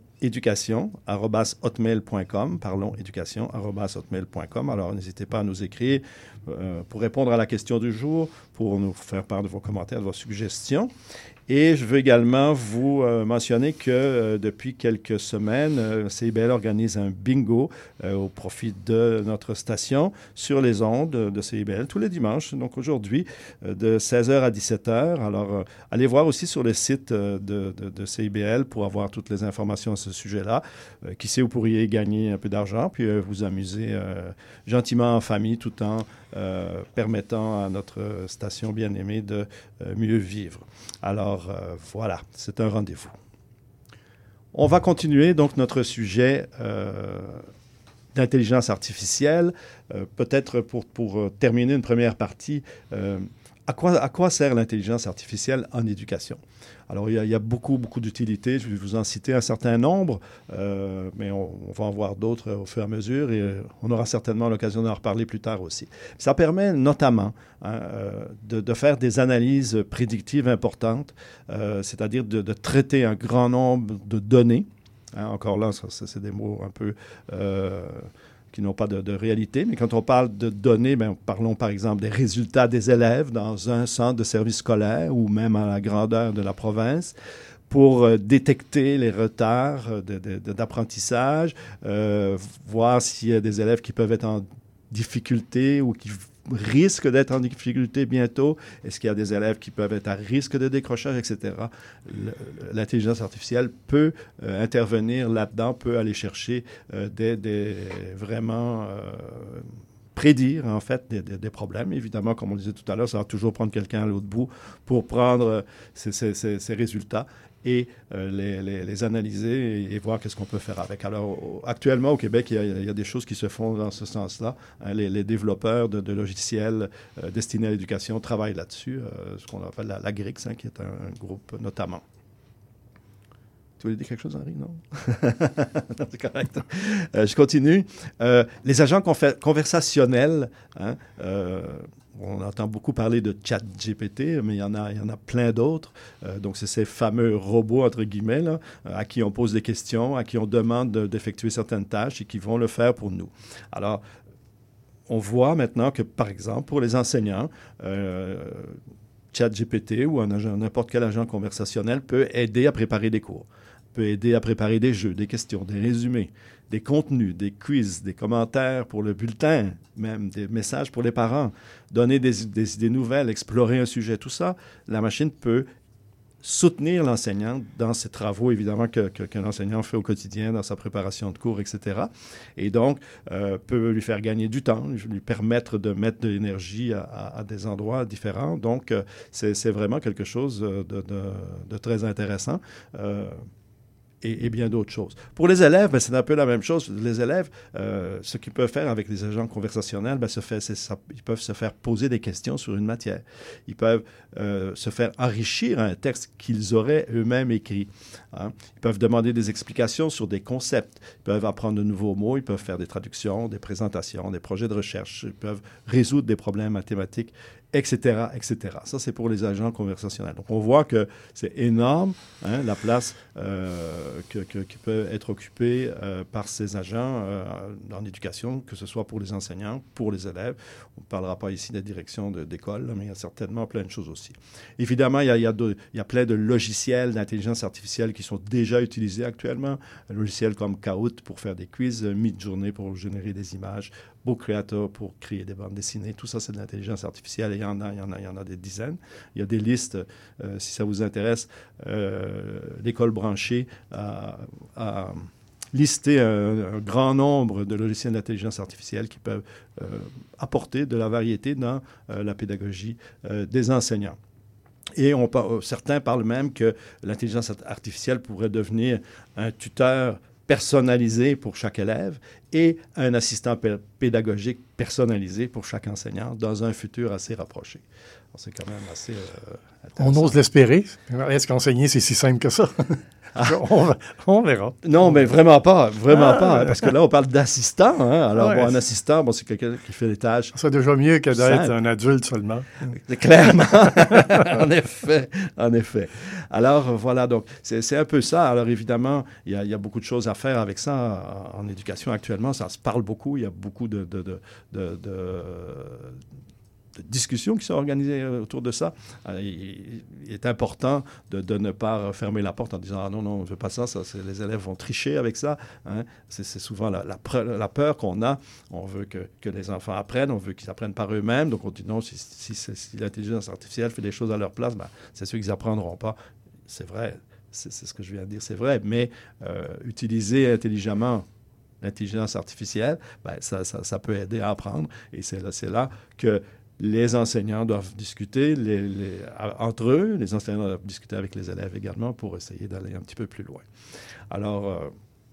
parlonséducation@hotmail.com, parlonséducation@hotmail.com. Alors, n'hésitez pas à nous écrire pour répondre à la question du jour, pour nous faire part de vos commentaires, de vos suggestions. Et je veux également vous mentionner que depuis quelques semaines, CIBL organise un bingo au profit de notre station sur les ondes de CIBL tous les dimanches. Donc aujourd'hui, de 16h à 17h. Alors, allez voir aussi sur le site de CIBL pour avoir toutes les informations à ce ce sujet-là. Qui sait, vous pourriez gagner un peu d'argent, puis vous amuser gentiment en famille, tout en permettant à notre station bien-aimée de mieux vivre. Alors, voilà, c'est un rendez-vous. On va continuer donc notre sujet d'intelligence artificielle. Peut-être pour terminer une première partie, à quoi sert l'intelligence artificielle en éducation? Alors, il y a beaucoup d'utilités. Je vais vous en citer un certain nombre, mais on va en voir d'autres au fur et à mesure et on aura certainement l'occasion d'en reparler plus tard aussi. Ça permet notamment de faire des analyses prédictives importantes, c'est-à-dire de traiter un grand nombre de données. Encore là, c'est des mots un peu qui n'ont pas de réalité, mais quand on parle de données, parlons par exemple des résultats des élèves dans un centre de service scolaire ou même à la grandeur de la province, pour détecter les retards d'apprentissage, voir s'il y a des élèves qui peuvent être en difficulté ou qui risquent d'être en difficulté bientôt. Est-ce qu'il y a des élèves qui peuvent être à risque de décrochage, etc. L'intelligence artificielle peut intervenir là-dedans, peut aller chercher vraiment prédire, en fait, des problèmes. Évidemment, comme on disait tout à l'heure, ça va toujours prendre quelqu'un à l'autre bout pour prendre ces résultats et les analyser et voir qu'est-ce qu'on peut faire avec. Alors, actuellement, au Québec, il y a des choses qui se font dans ce sens-là. Les développeurs de logiciels destinés à l'éducation travaillent là-dessus, ce qu'on appelle la GRIX, qui est un groupe notamment. Tu voulais dire quelque chose, Henri? Non? Non, c'est correct. Je continue. Les agents conversationnels, on entend beaucoup parler de ChatGPT, mais il y en a plein d'autres. Donc, c'est ces fameux robots, entre guillemets, là, à qui on pose des questions, à qui on demande d'effectuer certaines tâches et qui vont le faire pour nous. Alors, on voit maintenant que, par exemple, pour les enseignants, ChatGPT ou n'importe quel agent conversationnel peut aider à préparer des cours, peut aider à préparer des jeux, des questions, des résumés, des contenus, des quiz, des commentaires pour le bulletin, même des messages pour les parents, donner des idées nouvelles, explorer un sujet, tout ça. La machine peut soutenir l'enseignant dans ses travaux, évidemment, que l'enseignant fait au quotidien, dans sa préparation de cours, etc. Et donc, peut lui faire gagner du temps, lui permettre de mettre de l'énergie à des endroits différents. Donc, c'est vraiment quelque chose de très intéressant. Et bien d'autres choses. Pour les élèves, c'est un peu la même chose. Les élèves, ce qu'ils peuvent faire avec les agents conversationnels, ils peuvent se faire poser des questions sur une matière. Ils peuvent se faire enrichir un texte qu'ils auraient eux-mêmes écrit. Hein. Ils peuvent demander des explications sur des concepts. Ils peuvent apprendre de nouveaux mots. Ils peuvent faire des traductions, des présentations, des projets de recherche. Ils peuvent résoudre des problèmes mathématiques, etc., etc. Ça, c'est pour les agents conversationnels. Donc, on voit que c'est énorme, la place qui peut être occupée par ces agents en éducation, que ce soit pour les enseignants, pour les élèves. On ne parlera pas ici de la direction d'école, mais il y a certainement plein de choses aussi. Évidemment, il y a plein de logiciels d'intelligence artificielle qui sont déjà utilisés actuellement. Un logiciel comme Kahoot pour faire des quiz, Midjourney pour générer des images, Book Creator pour créer des bandes dessinées. Tout ça, c'est de l'intelligence artificielle et il y en a des dizaines. Il y a des listes, si ça vous intéresse. L'école branchée a listé un grand nombre de logiciels d'intelligence artificielle qui peuvent apporter de la variété dans la pédagogie des enseignants. Et certains parlent même que l'intelligence artificielle pourrait devenir un tuteur personnalisé pour chaque élève et un assistant pédagogique personnalisé pour chaque enseignant dans un futur assez rapproché. Alors, c'est quand même assez intéressant. On ose l'espérer. Est-ce qu'enseigner, c'est si simple que ça? On verra. Non, mais vraiment pas. Vraiment pas. Parce que là, on parle d'assistant. Alors, un assistant, c'est quelqu'un qui fait les tâches. C'est déjà mieux que d'être un adulte seulement. Clairement. En effet. Alors, voilà. Donc, c'est un peu ça. Alors, évidemment, il y a beaucoup de choses à faire avec ça en éducation actuellement. Ça se parle beaucoup. Il y a beaucoup de discussions qui sont organisées autour de ça. Il est important de ne pas fermer la porte en disant « Ah non, on ne veut pas ça, les élèves vont tricher avec ça. Hein. » C'est souvent la peur qu'on a. On veut que les enfants apprennent, on veut qu'ils apprennent par eux-mêmes. Donc on dit non, si l'intelligence artificielle fait des choses à leur place, c'est sûr qu'ils n'apprendront pas. C'est vrai. c'est ce que je viens de dire, c'est vrai, mais utiliser intelligemment l'intelligence artificielle, ben, ça peut aider à apprendre. Et c'est là que les enseignants doivent discuter entre eux, les enseignants doivent discuter avec les élèves également pour essayer d'aller un petit peu plus loin. Alors,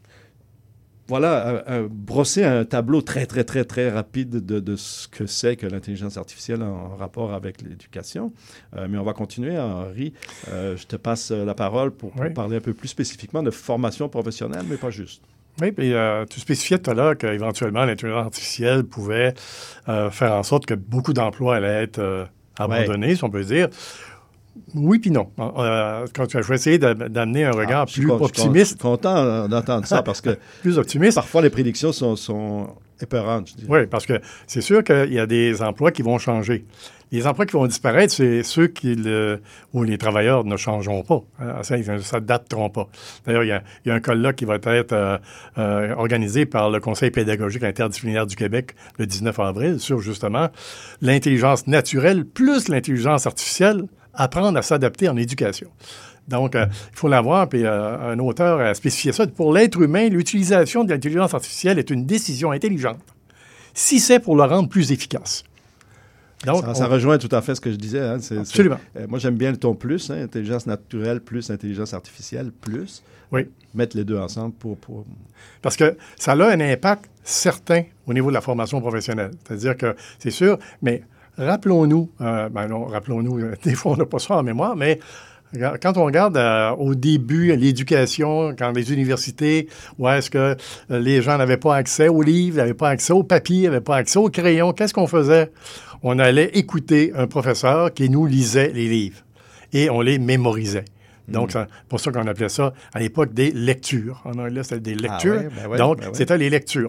voilà, brosser un tableau très, très, très, très rapide de ce que c'est que l'intelligence artificielle en rapport avec l'éducation. Mais on va continuer, Henri. Je te passe la parole pour parler un peu plus spécifiquement de formation professionnelle, mais pas juste. Oui, puis tu spécifiais tout à l'heure qu'éventuellement, l'intelligence artificielle pouvait faire en sorte que beaucoup d'emplois allaient être abandonnés, si on peut dire. Oui, puis non. Quand je vais essayer d'amener un regard plus optimiste. Je suis content d'entendre ça parce que plus optimiste. Parfois, les prédictions sont épeurantes, je dirais. Oui, parce que c'est sûr qu'il y a des emplois qui vont changer. Les emplois qui vont disparaître, c'est ceux où les travailleurs ne changeront pas. Ils ne s'adapteront pas. D'ailleurs, il y a un colloque qui va être organisé par le Conseil pédagogique interdisciplinaire du Québec le 19 avril sur, justement, l'intelligence naturelle plus l'intelligence artificielle, apprendre à s'adapter en éducation. Donc, il faut l'avoir, puis un auteur a spécifié ça. Pour l'être humain, l'utilisation de l'intelligence artificielle est une décision intelligente, si c'est pour le rendre plus efficace. Donc, ça rejoint tout à fait ce que je disais. Hein. Absolument. Moi, j'aime bien le ton plus, hein, intelligence naturelle plus intelligence artificielle plus. Oui. Mettre les deux ensemble pour... Parce que ça a un impact certain au niveau de la formation professionnelle. C'est-à-dire que, c'est sûr, mais rappelons-nous, des fois, on n'a pas ça en mémoire, mais quand on regarde au début l'éducation, quand les universités, où est-ce que les gens n'avaient pas accès aux livres, n'avaient pas accès au papier, n'avaient pas accès aux crayons, qu'est-ce qu'on faisait? On allait écouter un professeur qui nous lisait les livres et on les mémorisait. Donc, c'est pour ça qu'on appelait ça, à l'époque, des lectures. En anglais, c'était des lectures. Donc, c'était les lectures.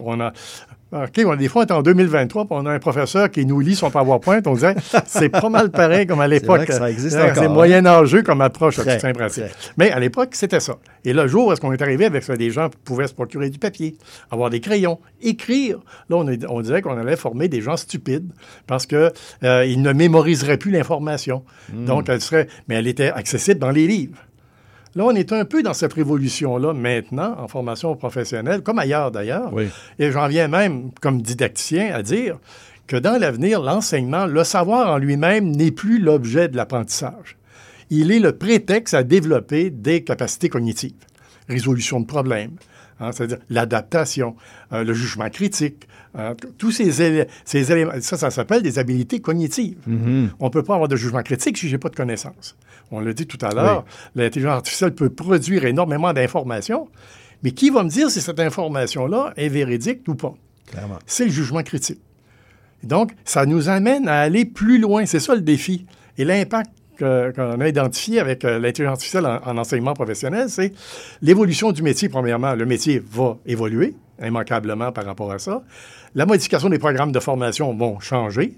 Des fois, on est en 2023, puis on a un professeur qui nous lit son PowerPoint. On disait, c'est pas mal pareil comme à l'époque. C'est vrai que ça existe encore. C'est moyen-âgeux comme approche, tout simple principe. Mais à l'époque, c'était ça. Et le jour où est-ce qu'on est arrivé avec ça, des gens pouvaient se procurer du papier, avoir des crayons, écrire. Là, on disait qu'on allait former des gens stupides parce qu'ils ne mémoriseraient plus l'information. Donc, elle était accessible dans les livres. Là, on est un peu dans cette révolution-là maintenant, en formation professionnelle, comme ailleurs d'ailleurs. Oui. Et j'en viens même, comme didacticien, à dire que dans l'avenir, l'enseignement, le savoir en lui-même n'est plus l'objet de l'apprentissage. Il est le prétexte à développer des capacités cognitives, résolution de problèmes, c'est-à-dire l'adaptation, le jugement critique, tous ces éléments, ça s'appelle des habiletés cognitives. Mm-hmm. On ne peut pas avoir de jugement critique si je n'ai pas de connaissances. On l'a dit tout à l'heure, l'intelligence artificielle peut produire énormément d'informations, mais qui va me dire si cette information-là est véridique ou pas? Clairement. C'est le jugement critique. Donc, ça nous amène à aller plus loin. C'est ça le défi. Et l'impact qu'on a identifié avec l'intelligence artificielle en enseignement professionnel, c'est l'évolution du métier, premièrement. Le métier va évoluer immanquablement par rapport à ça. La modification des programmes de formation vont changer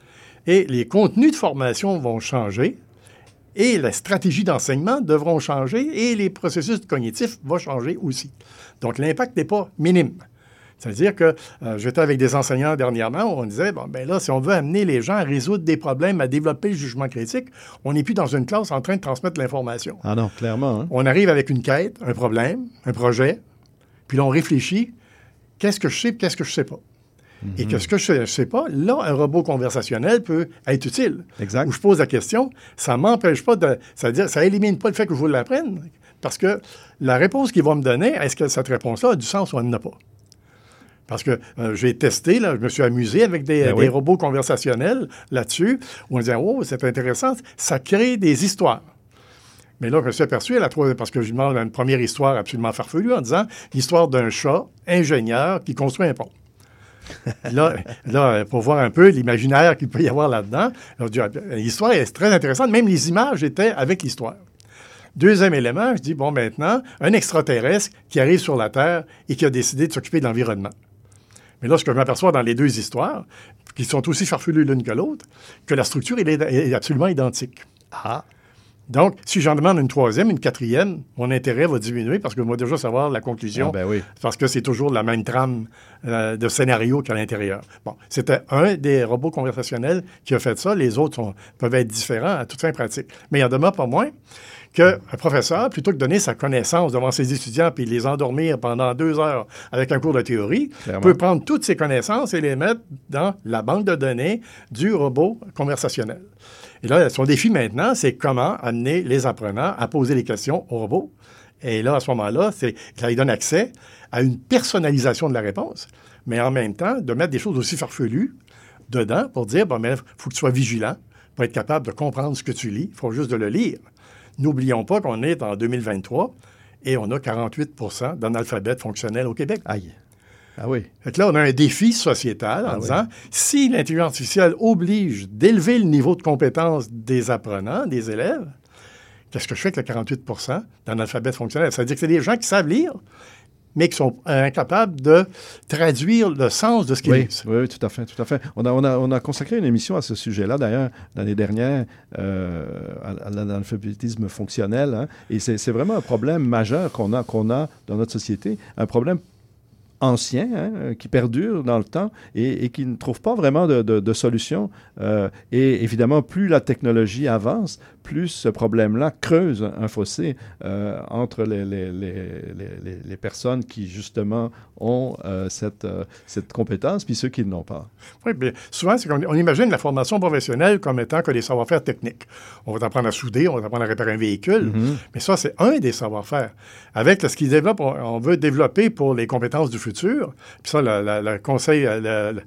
et les contenus de formation vont changer et la stratégie d'enseignement devront changer et les processus cognitifs vont changer aussi. Donc, l'impact n'est pas minime. C'est-à-dire que j'étais avec des enseignants dernièrement où on disait, là, si on veut amener les gens à résoudre des problèmes, à développer le jugement critique, on n'est plus dans une classe en train de transmettre l'information. Ah non, clairement. Hein? On arrive avec une quête, un problème, un projet, puis là, on réfléchit, qu'est-ce que je sais et qu'est-ce que je ne sais pas. Mm-hmm. Et qu'est-ce que je ne sais pas, là, un robot conversationnel peut être utile. Exact. Où je pose la question, ça ne m'empêche pas de... C'est-à-dire, ça élimine pas le fait que je veux l'apprendre, parce que la réponse qu'il va me donner, est-ce que cette réponse-là a du sens ou elle n'en a pas? Parce que j'ai testé, là, je me suis amusé avec des robots conversationnels là-dessus, où on disait, oh, c'est intéressant, ça crée des histoires. Mais là, je me suis aperçu, parce que je lui demande une première histoire absolument farfelue, en disant l'histoire d'un chat ingénieur qui construit un pont. Là, pour voir un peu l'imaginaire qu'il peut y avoir là-dedans, l'histoire est très intéressante, même les images étaient avec l'histoire. Deuxième élément, je dis, maintenant, un extraterrestre qui arrive sur la Terre et qui a décidé de s'occuper de l'environnement. Mais là, ce que je m'aperçois dans les deux histoires, qui sont aussi farfelues l'une que l'autre, que la structure est absolument identique. Ah! Donc, si j'en demande une troisième, une quatrième, mon intérêt va diminuer parce que je vais déjà savoir la conclusion. Oui. Parce que c'est toujours la même trame de scénario qu'à l'intérieur. Bon, c'était un des robots conversationnels qui a fait ça. Les autres peuvent être différents à toute fin pratique. Mais il en demeure pas moins qu'un professeur, plutôt que de donner sa connaissance devant ses étudiants puis les endormir pendant 2 heures avec un cours de théorie, peut prendre toutes ses connaissances et les mettre dans la banque de données du robot conversationnel. Et là, son défi maintenant, c'est comment amener les apprenants à poser les questions au robot. Et là, à ce moment-là, ça lui donne accès à une personnalisation de la réponse, mais en même temps, de mettre des choses aussi farfelues dedans pour dire, il faut que tu sois vigilant pour être capable de comprendre ce que tu lis. Il faut juste de le lire. N'oublions pas qu'on est en 2023 et on a 48 % d'analphabètes fonctionnels au Québec. Aïe. Ah oui. Fait que là, on a un défi sociétal en disant, si l'intelligence artificielle oblige d'élever le niveau de compétence des apprenants, des élèves, qu'est-ce que je fais avec le 48 % d'analphabètes fonctionnels? Ça veut dire que c'est des gens qui savent lire, mais qui sont incapables de traduire le sens de ce qu'ils lisent. Oui, tout à fait, tout à fait. On a consacré une émission à ce sujet-là, d'ailleurs, l'année dernière, à l'analphabétisme fonctionnel, hein, et c'est vraiment un problème majeur qu'on a dans notre société, un problème ancien, hein, qui perdure dans le temps et qui ne trouve pas vraiment de solution. Et évidemment, plus la technologie avance, plus ce problème-là creuse un fossé entre les personnes qui, justement, ont cette compétence, puis ceux qui ne l'ont pas. Oui, bien, souvent, c'est qu'on imagine la formation professionnelle comme étant que des savoir-faire techniques. On va t'apprendre à souder, on va t'apprendre à réparer un véhicule, mais ça, c'est un des savoir-faire. Avec ce qu'ils développent, on veut développer pour les compétences du futur. Puis ça, le conseil, le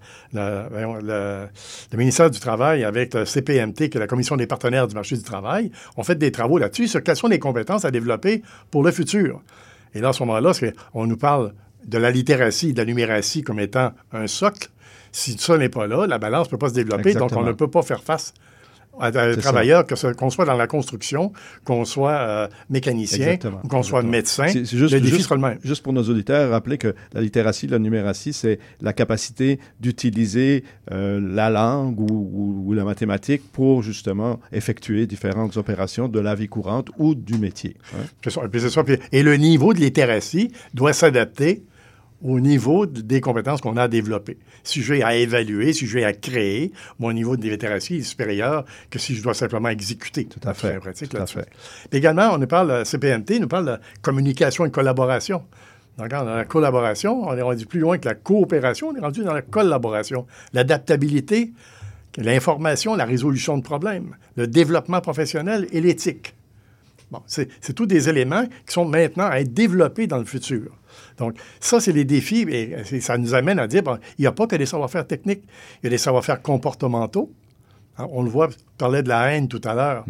ministère du Travail avec le CPMT, qui est la Commission des partenaires du marché du travail, ont fait des travaux là-dessus sur quelles sont les compétences à développer pour le futur. Et là, à ce moment-là, on nous parle de la littératie et de la numératie comme étant un socle. Si ça n'est pas là, la balance ne peut pas se développer, Exactement. donc on ne peut pas faire face à des travailleurs, qu'on soit dans la construction, qu'on soit mécanicien, Exactement. ou qu'on soit médecin, c'est juste, le défi sera le même. Juste pour nos auditeurs, rappeler que la littératie, la numératie, c'est la capacité d'utiliser la langue ou la mathématique pour justement effectuer différentes opérations de la vie courante ou du métier. Hein? C'est ça. Et le niveau de littératie doit s'adapter au niveau des compétences qu'on a à développer. Si j'ai à évaluer, si j'ai à créer, mon niveau de littératie est supérieur que si je dois simplement exécuter. Tout à fait. Pratique, tout à fait. Puis également, on nous parle, CPMT nous parle de communication et collaboration. Donc, dans la collaboration, on est rendu plus loin que la coopération, on est rendu dans la collaboration. L'adaptabilité, l'information, la résolution de problèmes, le développement professionnel et l'éthique. Bon, c'est tous des éléments qui sont maintenant à être développés dans le futur. Donc, ça, c'est les défis, et ça nous amène à dire, il n'y a pas que des savoir-faire techniques, il y a des savoir-faire comportementaux. Hein, on le voit, on parlait de la haine tout à l'heure.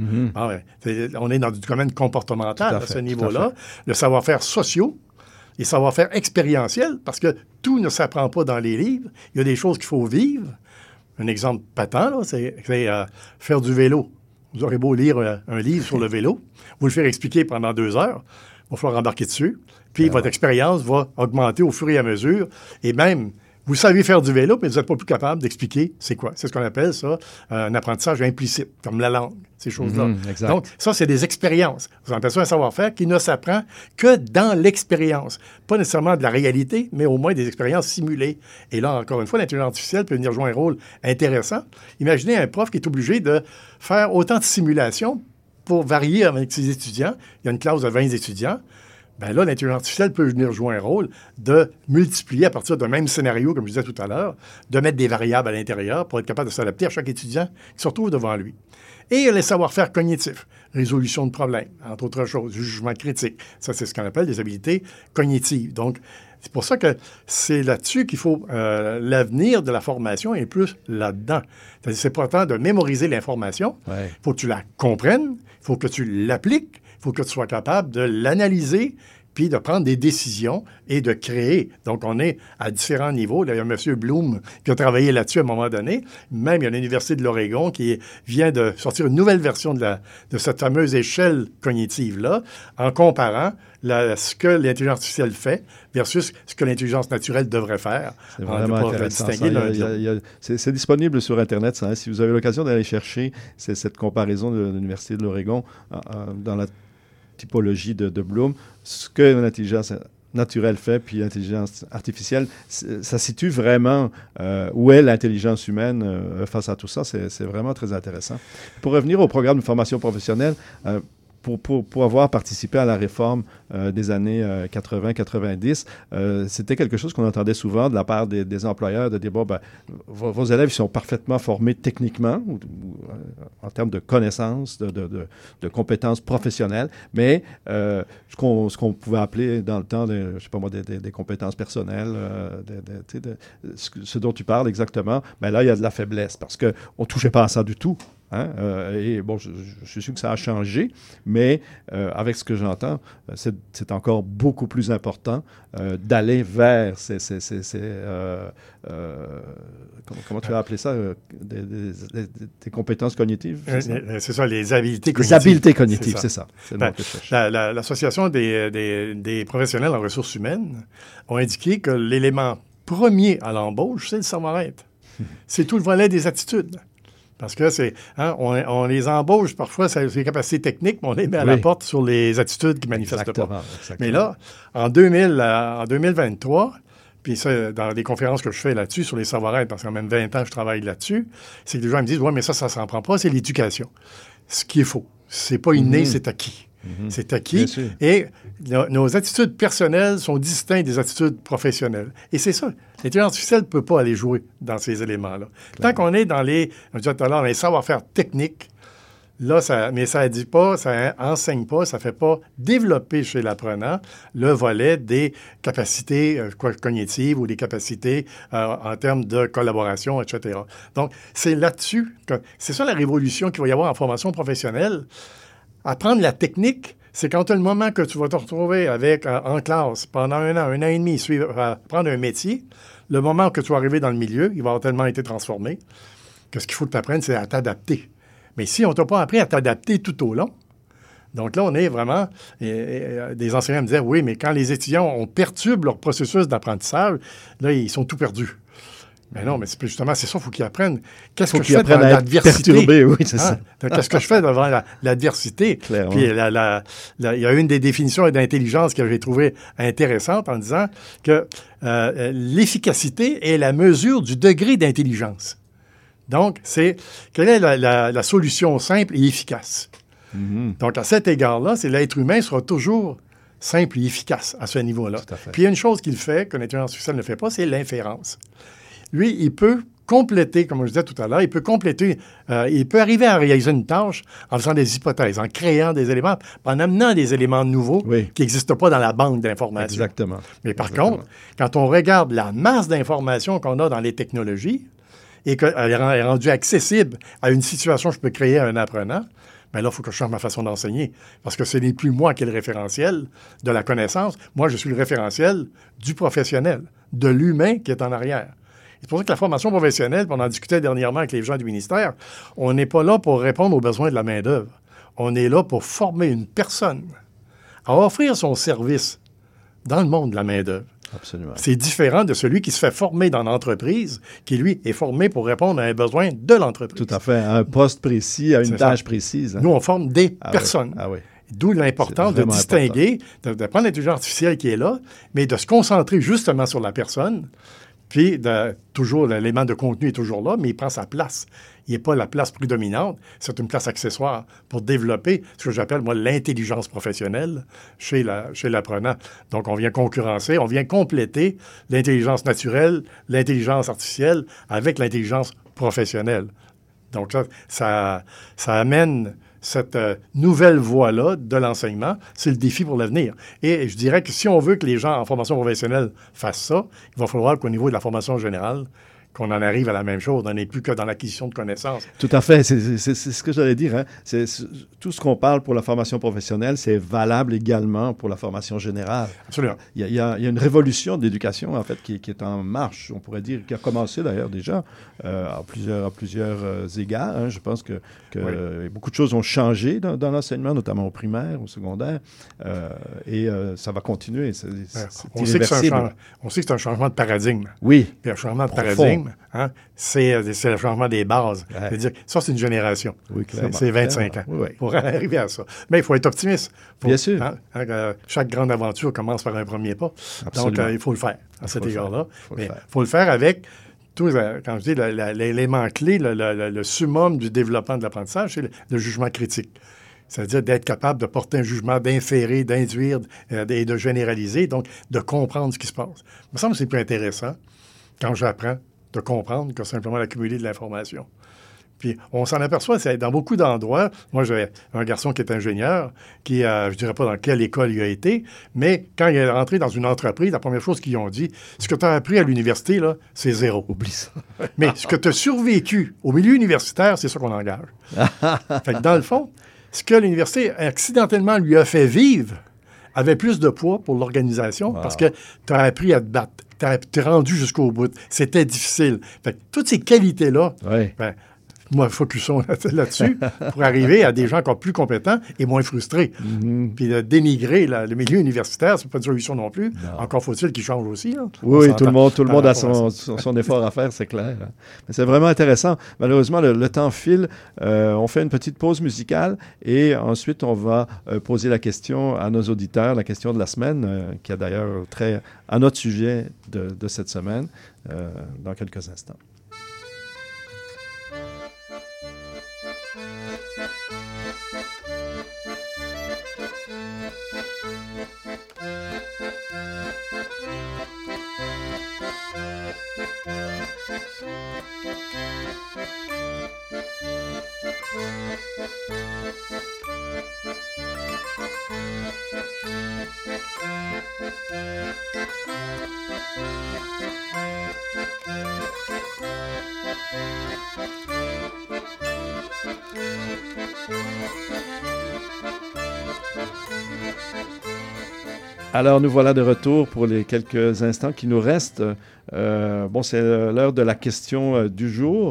On est dans du domaine comportemental à ce niveau-là. Le savoir-faire sociaux, les savoir-faire expérientiels, parce que tout ne s'apprend pas dans les livres. Il y a des choses qu'il faut vivre. Un exemple patent, là, c'est faire du vélo. Vous aurez beau lire un livre sur le vélo, vous le faire expliquer pendant 2 heures, il va falloir embarquer dessus. Puis votre expérience va augmenter au fur et à mesure. Et même, vous savez faire du vélo, mais vous n'êtes pas plus capable d'expliquer c'est quoi. C'est ce qu'on appelle ça un apprentissage implicite, comme la langue, ces choses-là. Donc, ça, c'est des expériences. Vous appelez ça un savoir-faire qui ne s'apprend que dans l'expérience. Pas nécessairement de la réalité, mais au moins des expériences simulées. Et là, encore une fois, l'intelligence artificielle peut venir jouer un rôle intéressant. Imaginez un prof qui est obligé de faire autant de simulations pour varier avec ses étudiants. Il y a une classe de 20 étudiants. Bien là, l'intelligence artificielle peut venir jouer un rôle de multiplier à partir d'un même scénario, comme je disais tout à l'heure, de mettre des variables à l'intérieur pour être capable de s'adapter à chaque étudiant qui se retrouve devant lui. Et il y a les savoir-faire cognitifs, résolution de problèmes, entre autres choses, jugement critique. Ça, c'est ce qu'on appelle des habiletés cognitives. Donc, c'est pour ça que c'est là-dessus qu'il faut l'avenir de la formation est plus là-dedans. C'est-à-dire, c'est pas tant de mémoriser l'information. Il faut que tu la comprennes, il faut que tu l'appliques, il faut que tu sois capable de l'analyser puis de prendre des décisions et de créer. Donc, on est à différents niveaux. Il y a M. Bloom qui a travaillé là-dessus à un moment donné. Même, il y a l'Université de l'Oregon qui vient de sortir une nouvelle version de cette fameuse échelle cognitive-là, en comparant ce que l'intelligence artificielle fait versus ce que l'intelligence naturelle devrait faire. C'est vraiment intéressant. C'est disponible sur Internet, ça, hein. Si vous avez l'occasion d'aller chercher cette comparaison de l'Université de l'Oregon dans la typologie de Bloom, ce que l'intelligence naturelle fait, puis l'intelligence artificielle, ça situe vraiment où est l'intelligence humaine face à tout ça. C'est vraiment très intéressant. Pour revenir au programme de formation professionnelle, pour avoir participé à la réforme des années 80-90, c'était quelque chose qu'on entendait souvent de la part des employeurs, de dire, bon, ben, vos élèves ils sont parfaitement formés techniquement, en termes de connaissances, de compétences professionnelles, mais ce qu'on pouvait appeler dans le temps, je sais pas moi, des compétences personnelles, ce dont tu parles exactement, ben là, il y a de la faiblesse, parce qu'on ne touchait pas à ça du tout. Hein? Et bon, je suis sûr que ça a changé, mais avec ce que j'entends, c'est encore beaucoup plus important d'aller vers comment tu as appelé ça, des compétences cognitives? C'est ça, les habiletés cognitives. Les habiletés cognitives, c'est ça. C'est le mot que je cherche. L'Association des professionnels en ressources humaines ont indiqué que l'élément premier à l'embauche, c'est le savoir-être. C'est tout le volet des attitudes. Parce que on les embauche parfois sur les capacités techniques, mais on les met à la porte sur les attitudes qui ne manifestent pas. Exactement. Mais là, en 2023, puis ça, dans les conférences que je fais là-dessus, sur les savoir-être, parce qu'en même 20 ans, je travaille là-dessus, c'est que les gens me disent, ouais, mais ça s'en prend pas, c'est l'éducation. Ce qui est faux. C'est pas inné, c'est acquis. C'est acquis. Et nos attitudes personnelles sont distinctes des attitudes professionnelles. Et c'est ça. L'intelligence artificielle ne peut pas aller jouer dans ces éléments-là. Tant qu'on est dans les savoir-faire techniques, là, ça dit pas, ça enseigne pas, ça fait pas développer chez l'apprenant le volet des capacités cognitives ou des capacités en termes de collaboration, etc. Donc, c'est là-dessus c'est ça la révolution qu'il va y avoir en formation professionnelle. Apprendre la technique, c'est quand tu as le moment que tu vas te retrouver en classe pendant un an et demi, apprendre un métier, le moment que tu vas arriver dans le milieu, il va avoir tellement été transformé que ce qu'il faut que tu apprennes, c'est à t'adapter. Mais si on ne t'a pas appris à t'adapter tout au long, donc là, on est vraiment... des enseignants me disaient, oui, mais quand les étudiants on perturbe leur processus d'apprentissage, là, ils sont tout perdus. Mais non, mais justement, c'est ça, il faut qu'ils apprennent. Qu'est-ce que je fais devant l'adversité? Oui, c'est ça. Qu'est-ce que je fais devant l'adversité? Clairement. Puis il y a une des définitions d'intelligence que j'ai trouvée intéressante en disant que l'efficacité est la mesure du degré d'intelligence. Donc, quelle est la solution simple et efficace? Donc, à cet égard-là, c'est l'être humain sera toujours simple et efficace à ce niveau-là. Puis il y a une chose qu'il fait que l'intelligence artificielle ne fait pas, c'est l'inférence. Lui, il peut compléter, comme je disais tout à l'heure, il peut arriver à réaliser une tâche en faisant des hypothèses, en créant des éléments, en amenant des éléments nouveaux qui n'existent pas dans la banque d'informations. Exactement. Mais par contre, quand on regarde la masse d'informations qu'on a dans les technologies et qu'elle est rendue accessible à une situation où je peux créer un apprenant, bien là, il faut que je change ma façon d'enseigner. Parce que ce n'est plus moi qui est le référentiel de la connaissance. Moi, je suis le référentiel du professionnel, de l'humain qui est en arrière. C'est pour ça que la formation professionnelle, on en discutait dernièrement avec les gens du ministère, on n'est pas là pour répondre aux besoins de la main-d'œuvre. On est là pour former une personne à offrir son service dans le monde de la main-d'œuvre. Absolument. C'est différent de celui qui se fait former dans l'entreprise, qui, lui, est formé pour répondre à un besoin de l'entreprise. Tout à fait. À un poste précis, à une tâche précise. Hein? Nous, on forme des personnes. Oui. Ah oui. D'où l'importance de distinguer, de prendre l'intelligence artificielle qui est là, mais de se concentrer justement sur la personne. Puis, toujours, l'élément de contenu est toujours là, mais il prend sa place. Il n'est pas la place prédominante, c'est une place accessoire pour développer ce que j'appelle, moi, l'intelligence professionnelle chez l'apprenant. Donc, on vient concurrencer, on vient compléter l'intelligence naturelle, l'intelligence artificielle avec l'intelligence professionnelle. Donc, ça amène cette nouvelle voie-là de l'enseignement, c'est le défi pour l'avenir. Et je dirais que si on veut que les gens en formation professionnelle fassent ça, il va falloir qu'au niveau de la formation générale, qu'on en arrive à la même chose. On n'est plus que dans l'acquisition de connaissances. Tout à fait. C'est ce que j'allais dire. Hein. Tout ce qu'on parle pour la formation professionnelle, c'est valable également pour la formation générale. Absolument. Il y a une révolution de l'éducation, en fait, qui est en marche, on pourrait dire, qui a commencé d'ailleurs déjà à plusieurs égards. Hein. Je pense que beaucoup de choses ont changé dans l'enseignement, notamment au primaire, au secondaire, et ça va continuer. C'est irréversible. On sait que c'est un changement de paradigme. Oui. Puis un changement de paradigme, hein, c'est le changement des bases. Ouais. C'est-à-dire, ça, c'est une génération. Oui, c'est 25 ans pour arriver à ça. Mais il faut être optimiste. Bien sûr. Chaque grande aventure commence par un premier pas. Absolument. Donc, il faut le faire à cet égard-là. Mais il faut le faire avec tout, quand je dis l'élément clé, le summum du développement de l'apprentissage, c'est le jugement critique. C'est-à-dire d'être capable de porter un jugement, d'inférer, d'induire et de généraliser, donc de comprendre ce qui se passe. Il me semble que c'est plus intéressant, quand j'apprends, de comprendre que simplement d'accumuler de l'information. Puis on s'en aperçoit, c'est dans beaucoup d'endroits. Moi, j'avais un garçon qui est ingénieur, qui, je ne dirais pas dans quelle école il a été, mais quand il est rentré dans une entreprise, la première chose qu'ils ont dit, ce que tu as appris à l'université, là, c'est 0. Oublie ça. Mais ce que tu as survécu au milieu universitaire, c'est ça qu'on engage. Fait que dans le fond, ce que l'université accidentellement lui a fait vivre avait plus de poids pour l'organisation parce que tu as appris à te battre. Tu es rendu jusqu'au bout. C'était difficile. Fait que toutes ces qualités-là, moi, focusons là-dessus pour arriver à des gens encore plus compétents et moins frustrés. Mm-hmm. Puis de dénigrer le milieu universitaire, c'est pas une solution non plus. Non. Encore faut-il qu'il change aussi. Là. Oui, tout le monde a son effort à faire, c'est clair. Hein. Mais c'est vraiment intéressant. Malheureusement, le temps file. On fait une petite pause musicale et ensuite, on va poser la question à nos auditeurs, la question de la semaine, qui a d'ailleurs trait à notre sujet de cette semaine, dans quelques instants. Alors, nous voilà de retour pour les quelques instants qui nous restent. C'est l'heure de la question du jour.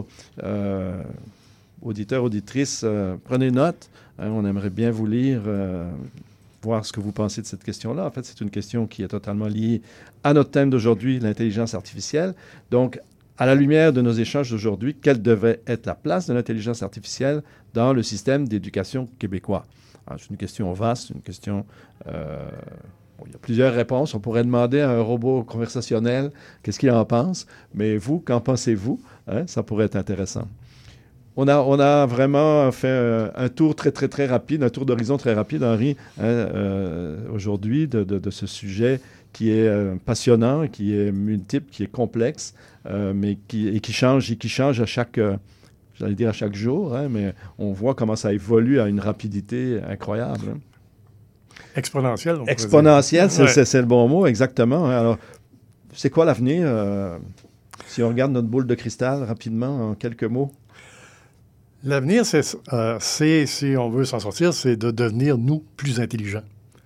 Auditeurs, auditrices, prenez note. Hein, on aimerait bien vous lire, voir ce que vous pensez de cette question-là. En fait, c'est une question qui est totalement liée à notre thème d'aujourd'hui, l'intelligence artificielle. Donc, à la lumière de nos échanges d'aujourd'hui, quelle devrait être la place de l'intelligence artificielle dans le système d'éducation québécois? Alors, c'est une question vaste, une question... il y a plusieurs réponses. On pourrait demander à un robot conversationnel qu'est-ce qu'il en pense. Mais vous, qu'en pensez-vous? Hein? Ça pourrait être intéressant. On a vraiment fait un tour très, très, très rapide, un tour d'horizon très rapide, Henri, aujourd'hui, de ce sujet qui est passionnant, qui est multiple, qui est complexe, mais qui change à chaque... j'allais dire à chaque jour, hein, mais on voit comment ça évolue à une rapidité incroyable. Hein. Exponentielle. Exponentielle, c'est le bon mot, exactement. Alors, c'est quoi l'avenir? Si on regarde notre boule de cristal rapidement, en quelques mots. L'avenir, c'est si on veut s'en sortir, c'est de devenir, nous, plus intelligents.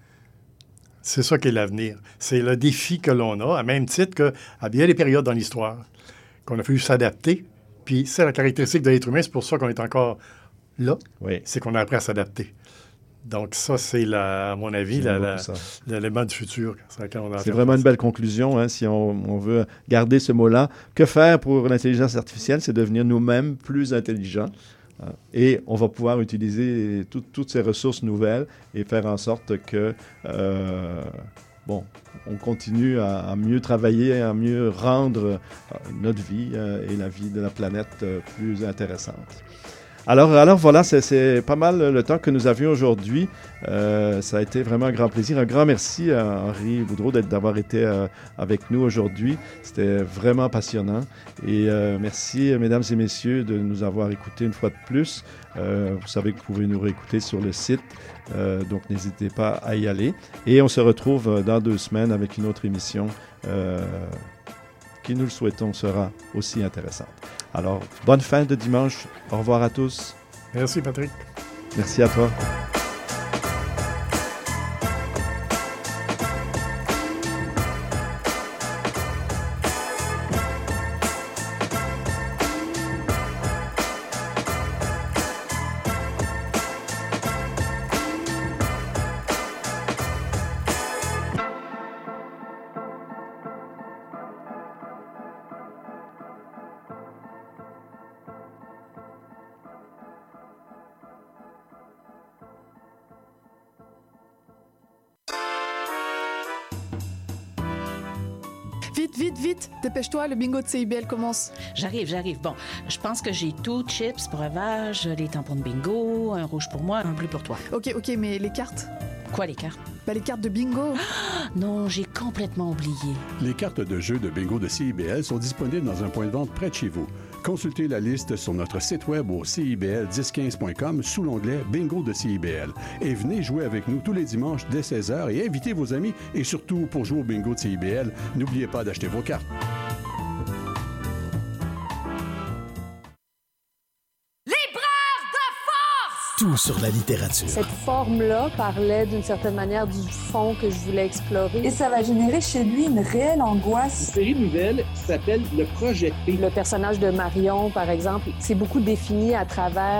C'est ça qui est l'avenir. C'est le défi que l'on a, à même titre qu'à bien des périodes dans l'histoire, qu'on a fallu s'adapter. Puis c'est la caractéristique de l'être humain, c'est pour ça qu'on est encore là. Oui. C'est qu'on a appris à s'adapter. Donc ça, c'est, à mon avis, l'élément du futur. C'est vraiment une belle conclusion, hein, si on veut garder ce mot-là. Que faire pour l'intelligence artificielle? C'est devenir nous-mêmes plus intelligents. Et on va pouvoir utiliser toutes ces ressources nouvelles et faire en sorte que, on continue à mieux travailler, à mieux rendre notre vie et la vie de la planète plus intéressante. Alors voilà, c'est pas mal le temps que nous avions aujourd'hui. Ça a été vraiment un grand plaisir. Un grand merci à Henri Boudreau d'avoir été avec nous aujourd'hui. C'était vraiment passionnant. Et merci, mesdames et messieurs, de nous avoir écoutés une fois de plus. Vous savez que vous pouvez nous réécouter sur le site. Donc, n'hésitez pas à y aller. Et on se retrouve dans 2 semaines avec une autre émission qui, nous le souhaitons, sera aussi intéressante. Alors, bonne fin de dimanche. Au revoir à tous. Merci, Patrick. Merci à toi. Vite, dépêche-toi, le bingo de CIBL commence. J'arrive. Bon, je pense que j'ai tout, chips, breuvage, les tampons de bingo, un rouge pour moi, un bleu pour toi. Ok, mais les cartes? Quoi, les cartes? Les cartes de bingo. Non, j'ai complètement oublié. Les cartes de jeu de bingo de CIBL sont disponibles dans un point de vente près de chez vous. Consultez la liste sur notre site web au cibl1015.com sous l'onglet Bingo de CIBL. Et venez jouer avec nous tous les dimanches dès 16h et invitez vos amis. Et surtout, pour jouer au bingo de CIBL, n'oubliez pas d'acheter vos cartes. Tout sur la littérature. Cette forme-là parlait d'une certaine manière du fond que je voulais explorer. Et ça va générer chez lui une réelle angoisse. Une série nouvelle qui s'appelle Le Projet P. Le personnage de Marion, par exemple, c'est beaucoup défini à travers